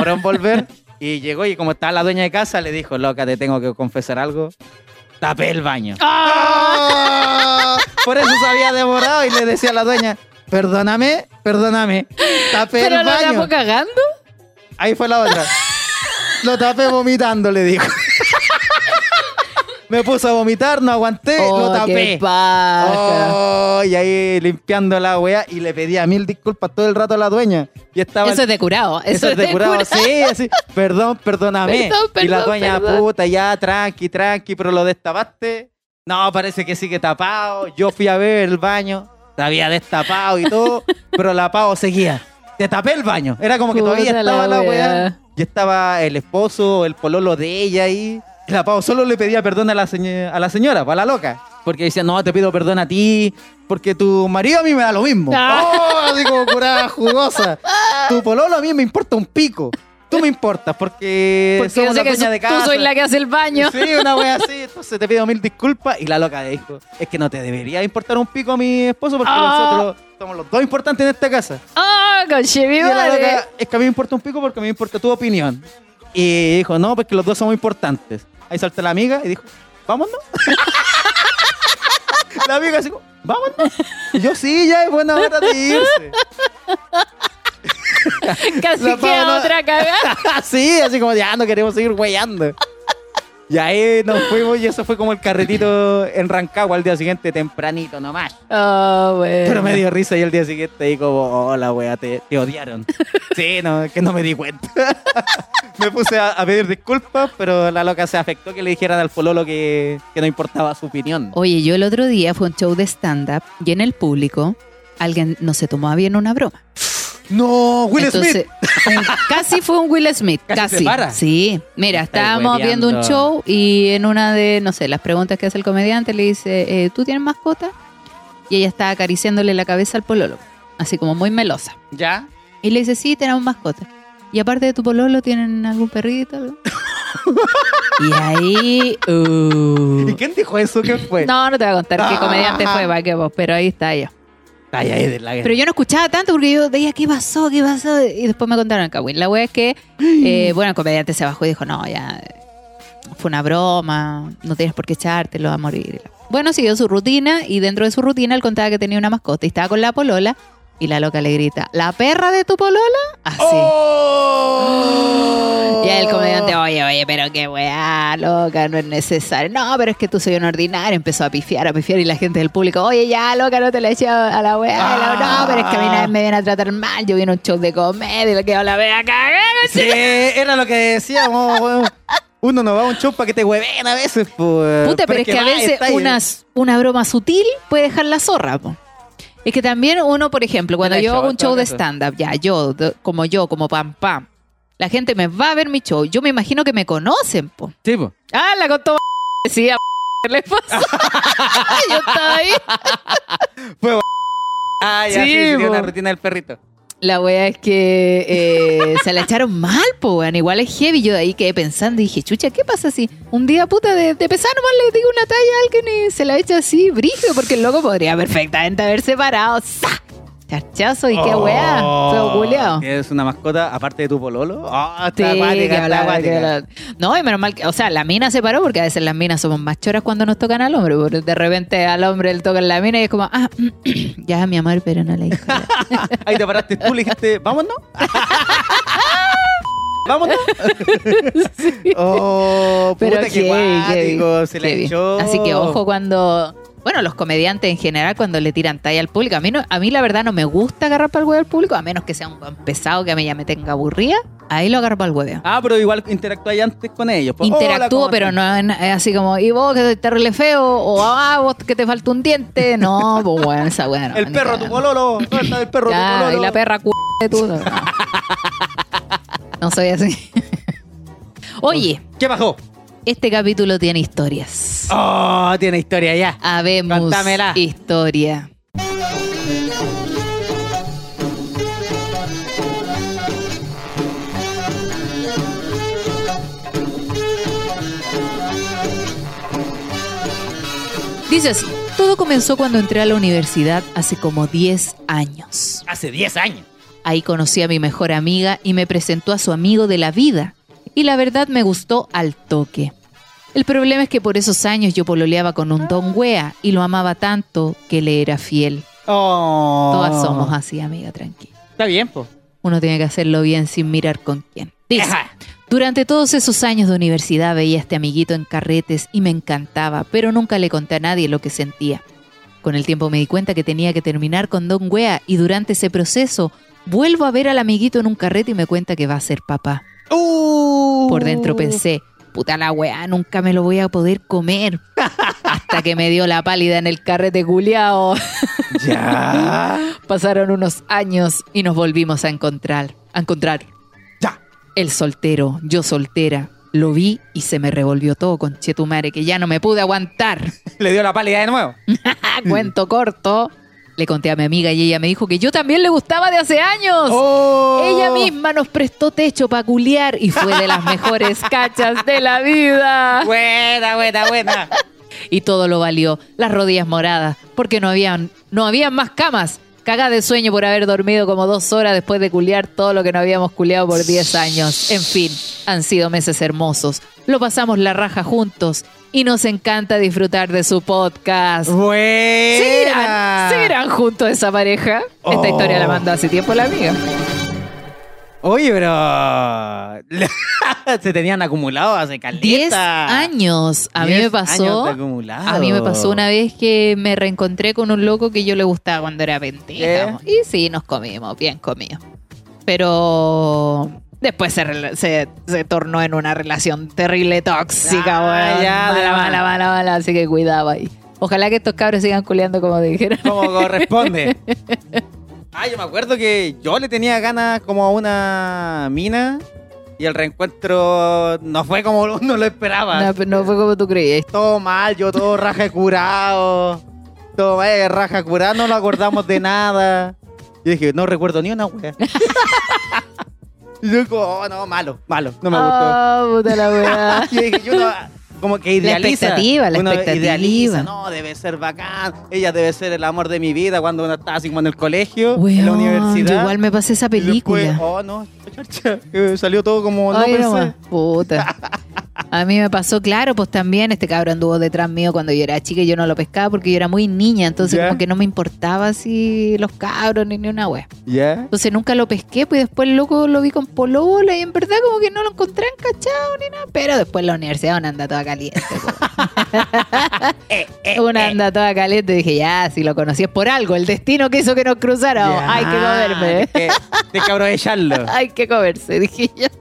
y llegó y como estaba la dueña de casa, le dijo, loca, te tengo que confesar algo, tapé el baño. ¡Ah! Por eso se había demorado y le decía a la dueña, perdóname, tapé ¿Pero el lo baño. tapó cagando? Ahí fue la otra. Lo tapé vomitando, le dijo. Me puse a vomitar, no aguanté, lo tapé. Qué paja. Oh, y ahí limpiando la weá y le pedía 1000 disculpas todo el rato a la dueña. Y estaba Eso es de curado. eso es de curado, sí, así. Perdóname. Perdón, y la dueña, perdón. puta, ya, tranqui, pero lo destapaste. No, parece que sigue tapado. Yo fui a ver el baño, se había destapado y todo, pero la Pau seguía. Te tapé el baño. Era como que todavía Puta la estaba la weá. weá. y estaba el esposo, el pololo de ella ahí. Y la Pau solo le pedía perdón a la señora, a la loca. Porque decía, no, te pido perdón a ti, porque tu marido a mí me da lo mismo. ¡Oh! Así como curada jugosa. Tu pololo a mí me importa un pico. Tú me importas porque yo somos sé la que dueña de casa. tú soy la que hace el baño. Sí, una wea así. Entonces te pido 1000 disculpas. Y la loca le dijo, es que no te debería importar un pico a mi esposo porque nosotros somos los dos importantes en esta casa. ¡Ah, conche mi Y la madre! loca, es que a mí me importa un pico porque a mí me importa tu opinión. Y dijo, no, porque los dos somos importantes. Ahí salta la amiga y dijo, vámonos. La amiga así, vámonos. Y yo, sí, ya es buena hora de irse. Casi La queda Pau no- otra cagada. Sí, así como ya no queremos seguir weyando. Y ahí nos fuimos y eso fue como el carretito en Rancagua al día siguiente, tempranito nomás. Oh, bueno. Pero me dio risa y el día siguiente y como, hola wea, te odiaron. Sí, no, es que no me di cuenta. Me puse a pedir disculpas, pero la loca se afectó que le dijeran al pololo que no importaba su opinión. Oye, yo el otro día fue un show de stand-up y en el público alguien no se tomó bien una broma. No, Will Entonces, Smith. casi fue un Will Smith. Casi se para. Sí. Mira, Está estábamos hueveando. viendo un show y en una de, no sé, las preguntas que hace el comediante le dice, ¿tú tienes mascota? Y ella está acariciándole la cabeza al pololo, así como muy melosa. ¿Ya? Y le dice, sí, tenemos mascota. Y aparte de tu pololo, ¿tienen algún perrito? ¿Algo? Y ahí... ¿Y quién dijo eso? ¿Quién fue? No, no te voy a contar qué comediante fue, para qué vos, pero ahí está ella. Ay, ay, de la Pero yo no escuchaba tanto porque yo veía qué pasó. Y después me contaron el cagüín. La wea es que, bueno, el comediante se bajó y dijo, no, ya fue una broma, no tienes por qué echártelo a morir. Bueno, siguió su rutina y dentro de su rutina él contaba que tenía una mascota y estaba con la polola y la loca le grita, ¿la perra de tu polola? Así. ¡Oh! Y el comediante, oye, pero qué weá, loca, no es necesario. No, pero es que tú soy un ordinario. Empezó a pifiar y la gente del público, oye, ya, loca, no te la eché a la weá. No, pero es que a mí nadie me viene a tratar mal. Yo vine a un show de comedia y le quedo la wea cagada. Sí, era lo que decíamos, weón. Uno no va a un show para que te hueven a veces, pues. Puta, pero es que a va, veces está ahí. una broma sutil puede dejar la zorra, po. Es que también uno, por ejemplo, cuando Yo la he yo hecho, hago un en todo show de caso. stand-up, ya, como Pam Pam, la gente me va a ver mi show. Yo me imagino que me conocen, po. Sí, pues. Ah, la contó sí, a le pasó. Yo estaba ahí. Ah, ya, Sí, sí, sería po. una rutina del perrito. La wea es que se la echaron mal, po, weón. Igual es heavy. Yo de ahí quedé pensando y dije, chucha, ¿qué pasa si un día, puta, de pesar nomás le digo una talla a alguien y se la echa así, brígido? Porque el loco podría perfectamente haber separado. ¡Sa! Chachazo y qué wea. Feo culiao. ¿Es una mascota aparte de tu pololo? Ah, Sí, está que acuática, está hablar, acuática. que hablar. No, y menos mal que, o sea, la mina se paró porque a veces las minas somos más choras cuando nos tocan al hombre, porque de repente al hombre le tocan la mina y es como, ya mi amor, pero no la hija. Ahí te paraste tú, le dijiste, vámonos. Vámonos. Oh, Pero puta, qué guático, se la heavy. echó. Así que ojo cuando... Bueno, los comediantes en general cuando le tiran talla al público. A mí la verdad no me gusta agarrar para el huevo al público, a menos que sea un buen pesado que a mí ya me tenga aburrida. Ahí lo agarro para el huevo. Ah, pero igual interactúas antes con ellos. Pues, hola, Interactúo, ¿cómo pero estás? no es así como, y vos que te terrible feo, o vos que te falta un diente. No, pues bueno, esa weá no. El ni perro, tu cagando. pololo. ¿Dónde está el perro, Ya, tu pololo? y la perra de tú. No. No soy así. Oye, ¿Qué pasó? este capítulo tiene historias. Oh, tiene historia ya. Habemos Contámela. historia. Dice así, todo comenzó cuando entré a la universidad hace como 10 años. Hace 10 años. Ahí conocí a mi mejor amiga y me presentó a su amigo de la vida. Y la verdad me gustó al toque. El problema es que por esos años yo pololeaba con un don wea y lo amaba tanto que le era fiel. Oh. Todas somos así, amiga, tranquila. Está bien, pues. Uno tiene que hacerlo bien sin mirar con quién. Dice, Ajá. durante todos esos años de universidad veía a este amiguito en carretes y me encantaba, pero nunca le conté a nadie lo que sentía. Con el tiempo me di cuenta que tenía que terminar con don wea y durante ese proceso vuelvo a ver al amiguito en un carrete y me cuenta que va a ser papá. Por dentro pensé, puta la weá, nunca me lo voy a poder comer. Hasta que me dio la pálida en el carrete culiao. Ya. Pasaron unos años y nos volvimos a encontrar. Ya. Él soltero, yo soltera. Lo vi y se me revolvió todo, conchetumare, que ya no me pude aguantar. Le dio la pálida de nuevo. Cuento corto. Le conté a mi amiga y ella me dijo que yo también le gustaba de hace años. ¡Oh! Ella misma nos prestó techo para culiar y fue de las mejores cachas de la vida. Buena. Y todo lo valió. Las rodillas moradas, porque no habían más camas. Cagada de sueño por haber dormido como 2 horas después de culiar todo lo que no habíamos culiado por 10 años. En fin, han sido meses hermosos. Lo pasamos la raja juntos y nos encanta disfrutar de su podcast. Buena. ¿Seguirán juntos esa pareja? Esta historia la mandó hace tiempo la amiga. Oye, pero... se tenían acumulado hace caleta. 10 años. A mí me pasó. A mí me pasó una vez que me reencontré con un loco que yo le gustaba cuando era pendeja. Y sí, nos comimos, bien comidos. Pero después se tornó en una relación terrible tóxica, weón. Mala. Así que cuidado ahí. Ojalá que estos cabros sigan culeando como dijeron. Como corresponde. Yo me acuerdo que yo le tenía ganas como a una mina y el reencuentro no fue como uno lo esperaba. No fue como tú creías. Todo mal, yo todo raja curado. Todo mal, raja curado, no nos acordamos de nada. Yo dije, no recuerdo ni una wea. Y yo como, no, malo, no me gustó. Puta la wea. Yo dije, yo no... Como que idealiza. La uno expectativa. Idealiza, no, debe ser bacán. Ella debe ser el amor de mi vida cuando uno estaba así como en el colegio, weón, en la universidad. Yo igual me pasé esa película. Y después, no, salió todo como no Ay, pensé. No, puta. A mí me pasó, claro, pues también este cabrón anduvo detrás mío cuando yo era chica y yo no lo pescaba porque yo era muy niña, entonces como que no me importaba si los cabros ni una wea. Entonces nunca lo pesqué, pues después el loco lo vi con polola y en verdad como que no lo encontré encachado ni nada, pero después la universidad una anda toda caliente. Una anda toda caliente y dije, ya, si lo conocí es por algo, el destino que hizo que nos cruzáramos, hay que comerme. Hay que aprovecharlo. Hay que comerse, dije yo.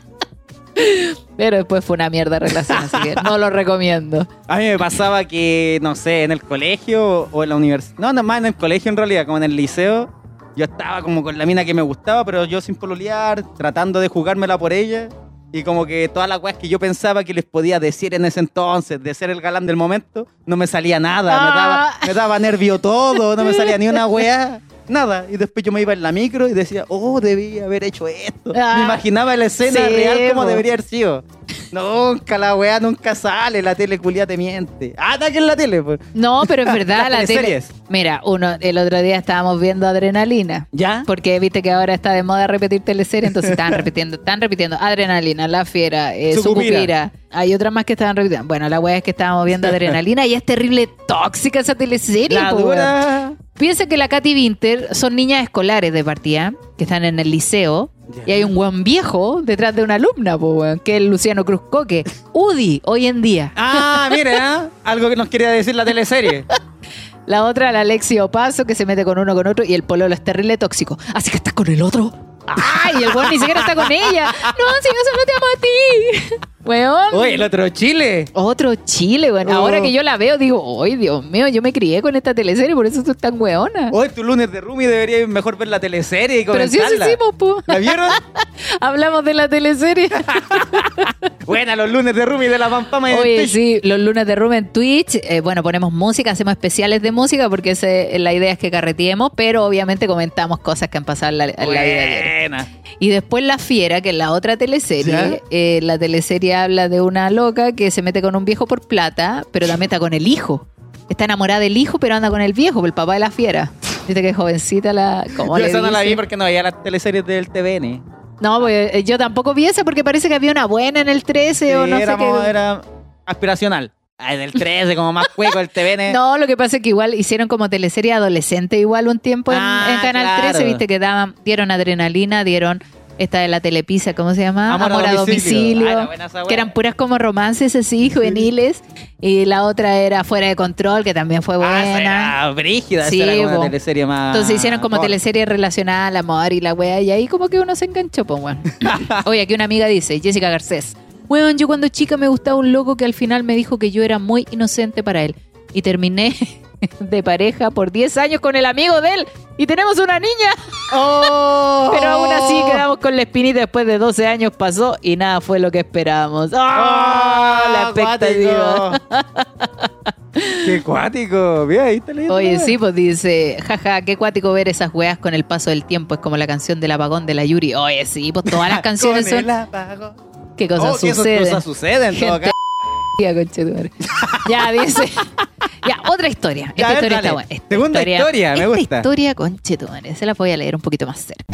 Pero después fue una mierda de relación, así que no lo recomiendo. A mí me pasaba que, no sé, en el colegio o en la universidad, no, más en el colegio en realidad, como en el liceo, yo estaba como con la mina que me gustaba, pero yo sin pololear, tratando de jugármela por ella. Y como que todas las weas que yo pensaba que les podía decir en ese entonces, de ser el galán del momento, no me salía nada. Me daba nervio todo, no me salía ni una wea. Nada, y después yo me iba en la micro y decía, debí haber hecho esto. Me imaginaba la escena real como debería haber sido. Nunca la weá nunca sale, la tele culia te miente. ¿Está aquí en la tele? Pues. No, pero es verdad, la tele. Series. Mira, el otro día estábamos viendo Adrenalina. ¿Ya? Porque viste que ahora está de moda repetir teleseries, entonces están repitiendo Adrenalina, La Fiera, Sucupira. Hay otra más que estaban repitiendo. Bueno, la weá es que estábamos viendo Adrenalina y es terrible tóxica esa teleserie. La dura. Piensa que la Katy Winter son niñas escolares de partida, que están en el liceo, y hay un weón viejo detrás de una alumna, que es Luciano Cruzcoque. Udi, hoy en día. Mira, algo que nos quería decir la teleserie. La otra, la Alexi Opaso, que se mete con uno con otro, y el pololo es terrible tóxico. Así que estás con el otro. ¡Ay! Y el weón ni siquiera está con ella. No, si yo solo te amo a ti. Weón. Oye, el otro Chile. Otro Chile, weón. Ahora que yo la veo, digo, ¡ay, Dios mío! Yo me crié con esta teleserie, por eso tú tan weona. Hoy tu lunes de Rumi debería mejor ver la teleserie y comentarla. Pero sí hicimos, po. ¿La vieron? Hablamos de la teleserie. Buena, los lunes de Rumi de la Pampama. Oye, sí, los lunes de Rumi en Twitch. Ponemos música, hacemos especiales de música porque la idea es que carreteemos, pero obviamente comentamos cosas que han pasado en la vida diaria. Y después La Fiera, que es la otra teleserie. La teleserie habla de una loca que se mete con un viejo por plata, pero también está con el hijo. Está enamorada del hijo, pero anda con el viejo, el papá de La Fiera. Viste que jovencita la... Yo esa no la vi porque no veía las teleseries del TVN. No, pues yo tampoco vi esa porque parece que había una buena en el 13 sí, o no sé qué. Era aspiracional. Del 13, como más cueco el TVN. No, lo que pasa es que igual hicieron como teleserie adolescente igual un tiempo en Canal 13, viste que dieron Adrenalina, dieron esta de la Telepizza, ¿cómo se llama? Amor a domicilio. Que eran puras como romances así, juveniles. Y la otra era Fuera de Control, que también fue buena. Era brígida, sí, era como una teleserie más... Entonces hicieron como teleserie relacionada al amor y la wea, y ahí como que uno se enganchó, pues bueno. Oye, aquí una amiga dice, Jessica Garcés, weón, yo cuando chica me gustaba un loco que al final me dijo que yo era muy inocente para él. Y terminé de pareja por 10 años con el amigo de él y tenemos una niña. ¡Oh! Pero aún así quedamos con la espinita. Después de 12 años pasó y nada fue lo que esperábamos. ¡Oh! La expectativa. ¡Qué cuático! Mira, ahí está leyendo. Oye, sí, pues dice, jaja, qué cuático ver esas weas con el paso del tiempo. Es como la canción del apagón de la Yuri. Oye, sí, pues todas las canciones son... ¿Qué cosas suceden? ¿Qué cosas suceden? En todo caso. Ya, dice. Ya, otra historia. Ya, Esta historia dale. está buena. Esta Segunda historia, me gusta. Esta historia, conchetumare. Se la voy a leer un poquito más cerca.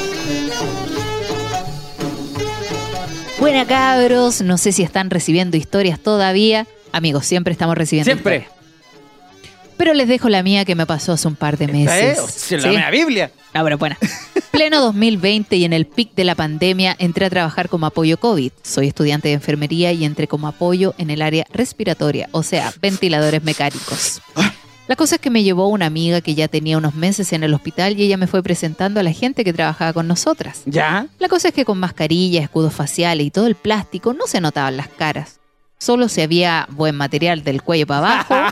Buena, cabros. No sé si están recibiendo historias todavía. Amigos, siempre estamos recibiendo Siempre. historias. Pero les dejo la mía que me pasó hace un par de meses. ¿Esta es? La mea Biblia. No, pero buena. Pleno 2020 y en el pic de la pandemia entré a trabajar como apoyo COVID. Soy estudiante de enfermería y entré como apoyo en el área respiratoria, o sea, ventiladores mecánicos. La cosa es que me llevó una amiga que ya tenía unos meses en el hospital y ella me fue presentando a la gente que trabajaba con nosotras. ¿Ya? La cosa es que con mascarilla, escudos faciales y todo el plástico no se notaban las caras. Solo si había buen material del cuello para abajo.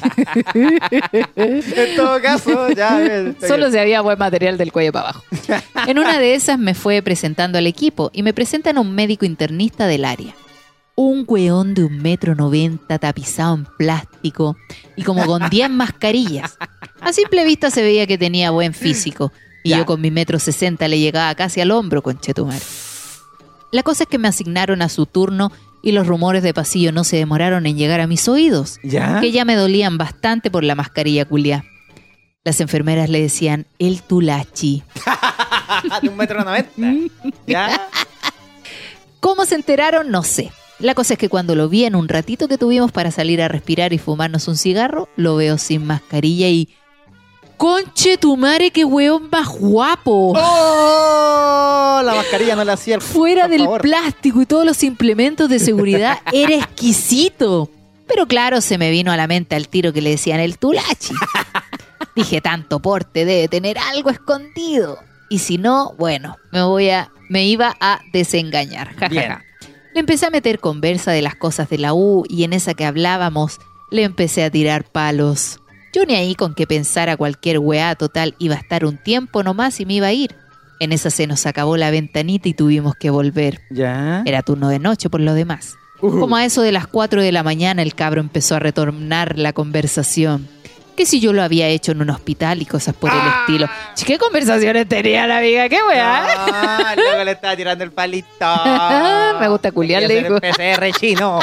En todo caso, ya. Solo si había buen material del cuello para abajo. En una de esas me fue presentando al equipo y me presentan a un médico internista del área. Un weón de 1,90 m tapizado en plástico y como con 10 mascarillas. A simple vista se veía que tenía buen físico y Ya. yo con mi 1,60 m le llegaba casi al hombro, conchetumare. La cosa es que me asignaron a su turno y los rumores de pasillo no se demoraron en llegar a mis oídos, ¿Ya? que ya me dolían bastante por la mascarilla culiá. Las enfermeras le decían el tulachi. De 1,90 m. ¿Ya? ¿Cómo se enteraron? No sé. La cosa es que cuando lo vi en un ratito que tuvimos para salir a respirar y fumarnos un cigarro, lo veo sin mascarilla y... ¡Conche tu madre, qué weón más guapo! ¡Oh! La mascarilla no la hacía el... Fuera por del favor. plástico y todos los implementos de seguridad, era exquisito. Pero claro, se me vino a la mente al tiro que le decían el tulachi. Dije, tanto porte, debe tener algo escondido. Y si no, bueno, me iba a desengañar. Ja, ja, Bien. ja. Le empecé a meter conversa de las cosas de la U y en esa que hablábamos le empecé a tirar palos. Yo ni ahí con que pensara cualquier weá, total, iba a estar un tiempo nomás y me iba a ir. En esa se nos acabó la ventanita y tuvimos que volver. ¿Ya? Era turno de noche por lo demás. Como a eso de las 4 de la mañana el cabro empezó a retornar la conversación. Que si yo lo había hecho en un hospital y cosas por el estilo. ¿Qué conversaciones tenía la amiga? ¿Qué weá? Ah, luego le estaba tirando el palito. Me gusta culiar, le Quería dijo. hacer el PCR chino.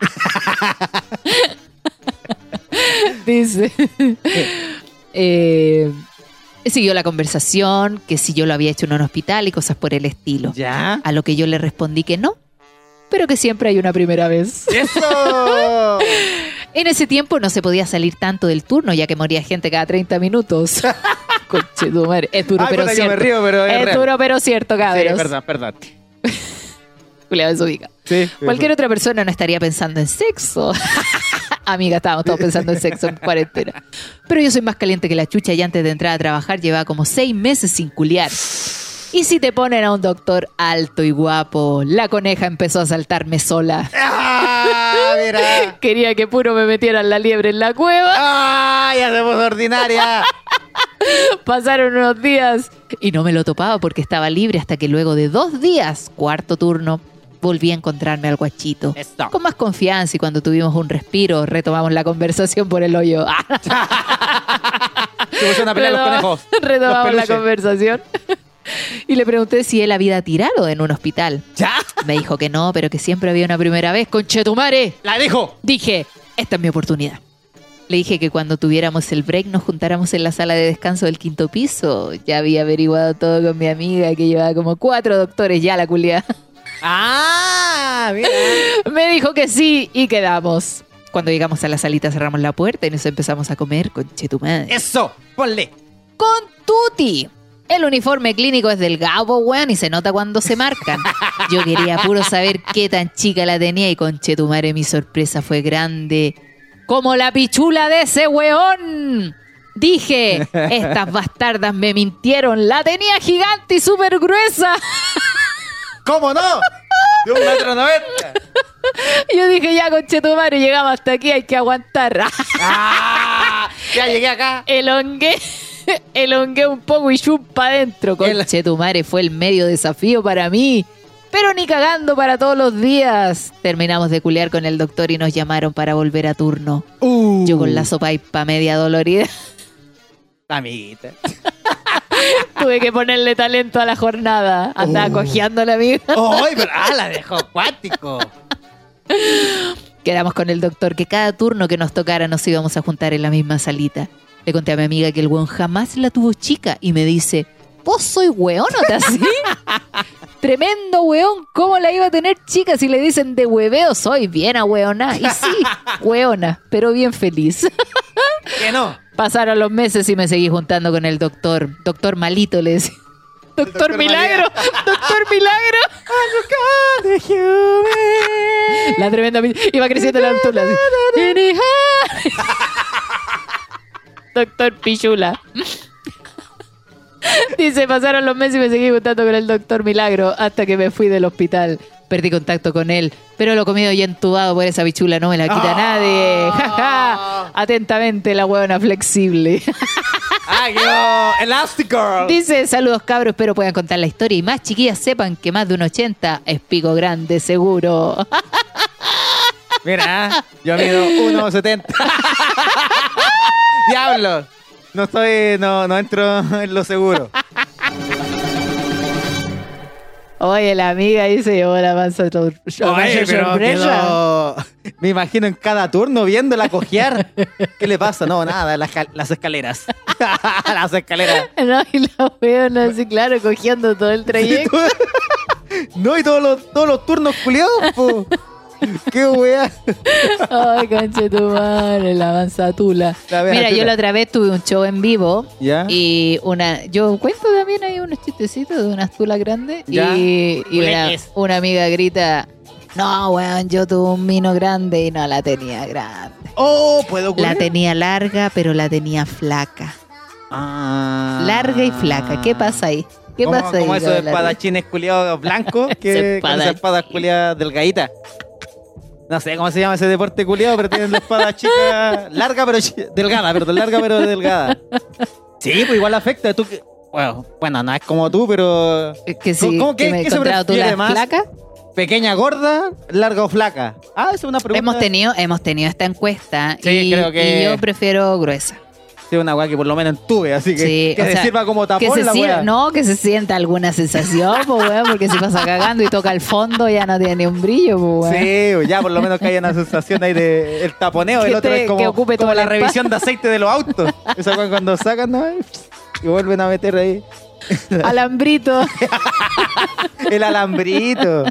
Dice. Siguió la conversación, que si yo lo había hecho en un hospital y cosas por el estilo. ¿Ya? A lo que yo le respondí que no, pero que siempre hay una primera vez. ¡Eso! En ese tiempo no se podía salir tanto del turno, ya que moría gente cada 30 minutos. Conchetumare. Es duro, Ay, pero puta, yo cierto. me río, pero es real. duro, pero cierto, Sí, cabros. perdón. Culeado desubica. Sí. Cualquier otra persona no estaría pensando en sexo. Amiga, estábamos todos pensando en sexo en cuarentena. Pero yo soy más caliente que la chucha y antes de entrar a trabajar llevaba como 6 meses sin culiar. Y si te ponen a un doctor alto y guapo, la coneja empezó a saltarme sola. ¡Ah, mira! Quería que puro me metieran la liebre en la cueva. ¡Ah, ya se puso ordinaria! Pasaron unos días y no me lo topaba porque estaba libre hasta que luego de 2 días, cuarto turno, volví a encontrarme al guachito. Eso. Con más confianza y cuando tuvimos un respiro, retomamos la conversación por el hoyo. Se pusieron a pelear los conejos. Retomamos Los la peluches. conversación. Y le pregunté si él había tirado en un hospital. ¿Ya? Me dijo que no, pero que siempre había una primera vez. ¡Conchetumare! ¡La dijo! Dije, esta es mi oportunidad. Le dije que cuando tuviéramos el break nos juntáramos en la sala de descanso del 5º piso. Ya había averiguado todo con mi amiga que llevaba como 4 doctores ya la culia. ¡Ah! Mira. Me dijo que sí y quedamos. Cuando llegamos a la salita cerramos la puerta y nos empezamos a comer con chetumadre. ¡Eso! ¡Ponle! Con tuti. El uniforme clínico es delgado, weón, y se nota cuando se marcan. Yo quería puro saber qué tan chica la tenía y con chetumare mi sorpresa fue grande. ¡Como la pichula de ese weón! Dije, estas bastardas me mintieron. La tenía gigante y súper gruesa. ¿Cómo no? De 1,90 m. Yo dije, ya, conchetumare, llegamos hasta aquí, hay que aguantar. ¡Ah! Ya llegué acá. Elongué un poco y chupa adentro. Conche tu madre, fue el medio desafío para mí. Pero ni cagando para todos los días. Terminamos de culear con el doctor y nos llamaron para volver a turno. Yo con la sopaipa media dolorida. Amiguita. Tuve que ponerle talento a la jornada. Andaba cojeando la amiga. ¡Ay, pero la dejó acuático! Quedamos con el doctor que cada turno que nos tocara nos íbamos a juntar en la misma salita. Le conté a mi amiga que el weón jamás la tuvo chica y me dice, ¿vos soy weón o te así? Tremendo weón, ¿cómo la iba a tener chica si le dicen de hueveo? Soy bien a weona. Y sí, weona, pero bien feliz. ¿Qué no? Pasaron los meses y me seguí juntando con el doctor. Doctor malito, le decía. Doctor Milagro, Doctor Milagro. La tremenda... Iba creciendo la altura. Doctor Pichula. Dice, pasaron los meses y me seguí juntando con el doctor Milagro hasta que me fui del hospital. Perdí contacto con él, pero lo comido y entubado por esa bichula no me la quita nadie. Ja. Atentamente, la huevona flexible. Elastigirl. Dice, saludos cabros, espero puedan contar la historia y más chiquillas sepan que más de un 80 es pico grande, seguro. Mira, yo mido 1,70. Diablo. No entro en lo seguro. Oye, la amiga dice, hola, manso. Oye, pero quedó... Me imagino en cada turno viéndola cojear. ¿Qué le pasa? No, nada, las escaleras. Las escaleras. No, y la weona así, claro, cojeando todo el trayecto. No, y todos los turnos culiados, po. ¡Qué wea! Ay, conchetumare, la manzatula. Mira, yo la otra vez tuve un show en vivo. ¿Ya? Y yo cuento también ahí unos chistecitos de unas tulas grandes. ¿Ya? Y una amiga grita, no, weón, yo tuve un mino grande y no la tenía grande. ¡Oh! ¿Puedo ocurrir? La tenía larga, pero la tenía flaca. Larga y flaca. ¿Qué pasa ahí? ¿Qué pasa ahí? Como esos espadachines culiados blancos, que con esas espadas culiadas delgaditas. No sé cómo se llama ese deporte culiado, pero tienen la espada chica, larga pero delgada, perdón, larga pero delgada. Sí, pues igual afecta. Tú que, bueno, no es como tú, pero... Que sí, ¿Cómo que me se prefiere más? ¿Flaca? ¿Pequeña, gorda, larga o flaca? Ah, esa es una pregunta. Hemos tenido esta encuesta sí, creo que... y yo prefiero gruesa. Sí, una weá que por lo menos entube, así que, sí, que se sirva como tapón la weá. No, que se sienta alguna sensación, pues weón, porque si pasa cagando y toca el fondo ya no tiene ni un brillo, pues weón. Sí, ya por lo menos que haya una sensación ahí de el taponeo, el otro es como la revisión de aceite de los autos. Esa weá cuando sacan, ¿no? Y vuelven a meter ahí. Alambrito. El alambrito.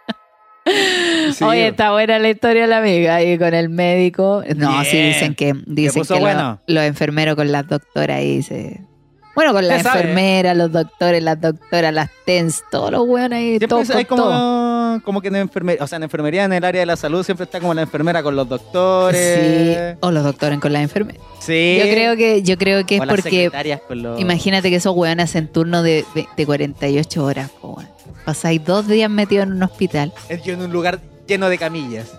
Sí. Oye, está buena la historia de la amiga y con el médico. No, bien. Sí, dicen que bueno. Los enfermeros con las doctoras ahí se... Bueno, con las enfermeras, los doctores, las doctoras, las TENS, todos los weones ahí. Siempre hay como que en enfermería, o sea, en enfermería, en el área de la salud, siempre está como la enfermera con los doctores. Sí, o los doctores con las enfermeras. Sí. Yo creo que es porque los... imagínate que esos weones hacen turno de 48 horas, po, weón. Pasáis 2 días metidos en un hospital. Yo en un lugar lleno de camillas.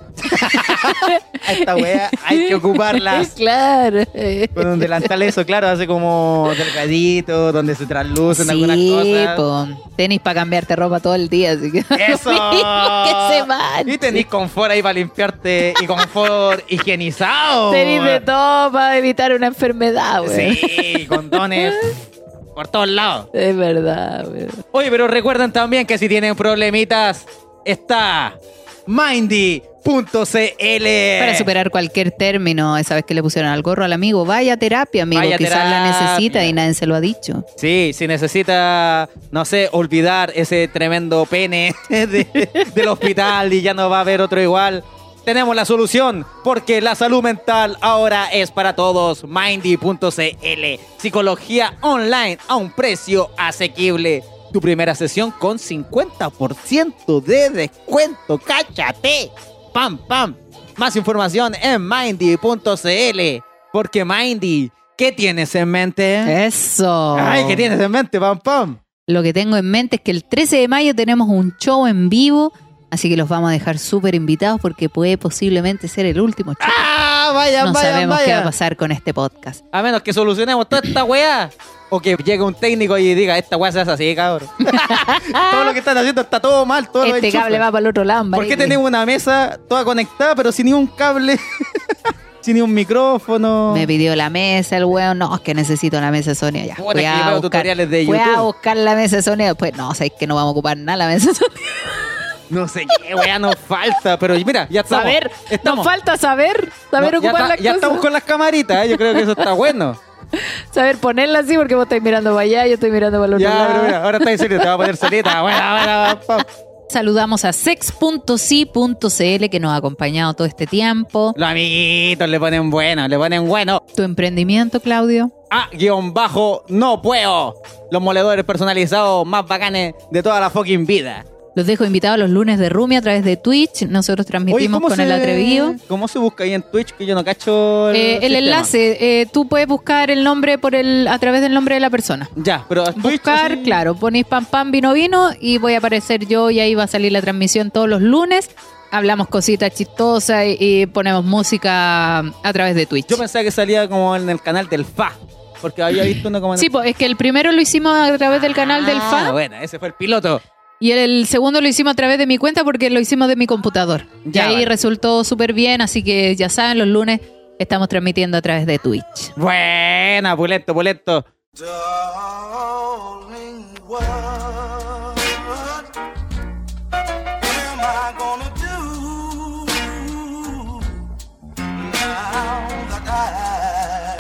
A esta wea hay que ocuparlas. Claro. Con un delantal eso, claro, hace como delgadito, donde se traslucen sí, algunas cosas. Po. Tenís para cambiarte ropa todo el día, así que... ¡Eso! ¡Que se manche! Y tenís confort ahí para limpiarte y confort higienizado. Tenís de todo para evitar una enfermedad, güey. Sí, condones por todos lados. Es verdad, güey. Oye, pero recuerden también que si tienen problemitas, está Mindy.cl. Para superar cualquier término, esa vez que le pusieron al gorro al amigo, vaya a terapia, amigo, quizás la necesita y nadie se lo ha dicho. Sí, si necesita, no sé, olvidar ese tremendo pene del hospital y ya no va a haber otro igual, tenemos la solución, porque la salud mental ahora es para todos. Mindy.cl. Psicología online a un precio asequible. Tu primera sesión con 50% de descuento. ¡Cáchate! ¡Pam, pam! Más información en Mindy.cl. Porque Mindy, ¿qué tienes en mente? ¡Eso! ¡Ay, qué tienes en mente! ¡Pam, pam! Lo que tengo en mente es que el 13 de mayo tenemos un show en vivo Así que los vamos a dejar súper invitados porque puede posiblemente ser el último show. ¡Ah! Vayan, No vayan, sabemos qué va a vayan. pasar con este podcast. A menos que solucionemos toda esta weá. O que llegue un técnico y diga, esta weá se hace así, cabrón. Todo lo que están haciendo está todo mal. Todo lo Este enchufes. cable va para el otro lado. ¿Por qué marico. tenemos una mesa toda conectada pero sin ni un cable? Sin ni un micrófono. Me pidió la mesa el weón. No, es que necesito la mesa de sonido. Ya, Bueno, es que yo veo tutoriales de Voy a YouTube. buscar la mesa de sonido. Después, no, sabéis que no vamos a ocupar nada la mesa de sonido. No sé qué weá nos falta, pero mira, ya estamos. Saber, Estamos. nos falta saber No, ya ocupar las ya cosas. estamos con las camaritas, yo creo que eso está bueno. Saber ponerla así porque vos estáis mirando para allá, yo estoy mirando para el otro Ya, lado. pero mira, ahora está en serio, te va a poner solita. Bueno, pa. Saludamos a sex.si.cl que nos ha acompañado todo este tiempo. Los amiguitos le ponen bueno, le ponen bueno. Tu emprendimiento, Claudio. _no puedo. Los moledores personalizados más bacanes de toda la fucking vida. Los dejo invitados los lunes de Rumi a través de Twitch. Nosotros transmitimos con el atrevido. ¿Cómo se busca ahí en Twitch? Que yo no cacho El sistema. enlace, tú puedes buscar el nombre a través del nombre de la persona. Ya, pero Twitch, Buscar, así- claro, ponéis pam pam vino vino y voy a aparecer yo y ahí va a salir la transmisión todos los lunes. Hablamos cositas chistosas y ponemos música a través de Twitch. Yo pensaba que salía como en el canal del FA, porque había visto uno como en Sí, pues es que el primero lo hicimos a través del canal del FA Bueno, ese fue el piloto. y el segundo lo hicimos a través de mi cuenta porque lo hicimos de mi computador. Ya, y ahí vale. resultó súper bien, así que ya saben, los lunes estamos transmitiendo a través de Twitch. Buena, pulento, pulento. Darling, what am I gonna do now that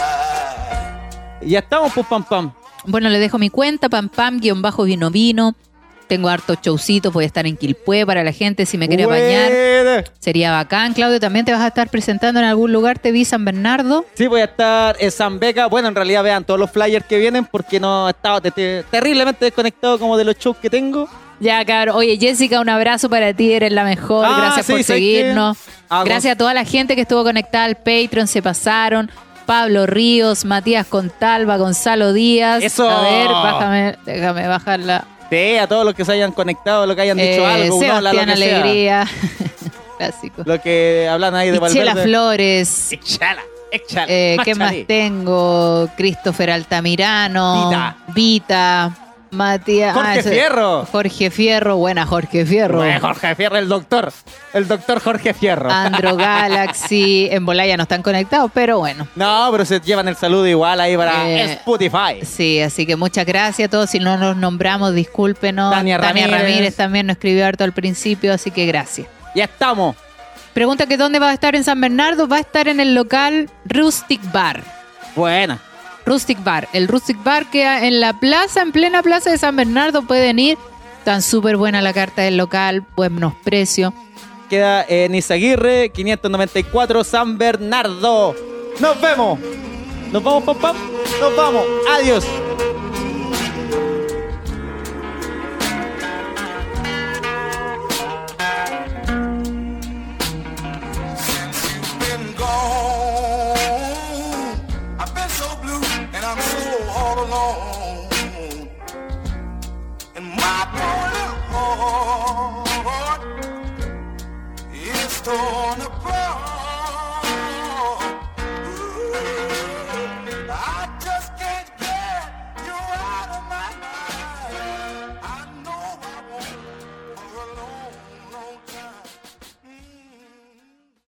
Ya estamos, pues, pam, pam. Bueno, les dejo mi cuenta, pam pam, _vino vino. Tengo hartos showcitos, voy a estar en Quilpué para la gente si me quiere bañar. Buena. Sería bacán. Claudio, también te vas a estar presentando en algún lugar, te vi San Bernardo. Sí, voy a estar en San Beca. Bueno, en realidad vean todos los flyers que vienen porque no he estado terriblemente desconectado como de los shows que tengo. Ya, cabrón. Oye, Jessica, un abrazo para ti, eres la mejor. Ah, Gracias sí, por ¿sabes seguirnos. qué? Ah, Gracias a toda la gente que estuvo conectada al Patreon, se pasaron. Pablo Ríos, Matías Contalva, Gonzalo Díaz. ¡Eso! A ver, déjame bajarla. Sí, a todos los que se hayan conectado, lo que hayan dicho algo, un hola, lo Sebastián que sea. Alegría. Clásico. Lo que hablan ahí de Chela Valverde. Flores. Échala. ¿Qué más tengo? Christopher Altamirano. Vita. Matías. Jorge Fierro. Jorge Fierro. Buena, Jorge Fierro. Bueno, Jorge Fierro, el doctor Jorge Fierro. Andro Galaxy. En Bolaya no están conectados, pero bueno. No, pero se llevan el saludo igual ahí para Spotify. Sí, así que muchas gracias a todos. Si no nos nombramos, discúlpenos. Tania Ramírez también nos escribió harto al principio, así que gracias. Ya estamos. Pregunta que dónde va a estar en San Bernardo. Va a estar en el local Rustic Bar. Buena. Rustic Bar. El Rustic Bar queda en la plaza, en plena plaza de San Bernardo. Pueden ir. Tan súper buena la carta del local. Buenos precios. Queda en Izaguirre, 594, San Bernardo. ¡Nos vemos! ¿Nos vamos, pam, pam? ¡Nos vamos! ¡Adiós! been gone. I've been so blue and I'm so all alone. And my poor little heart is torn apart.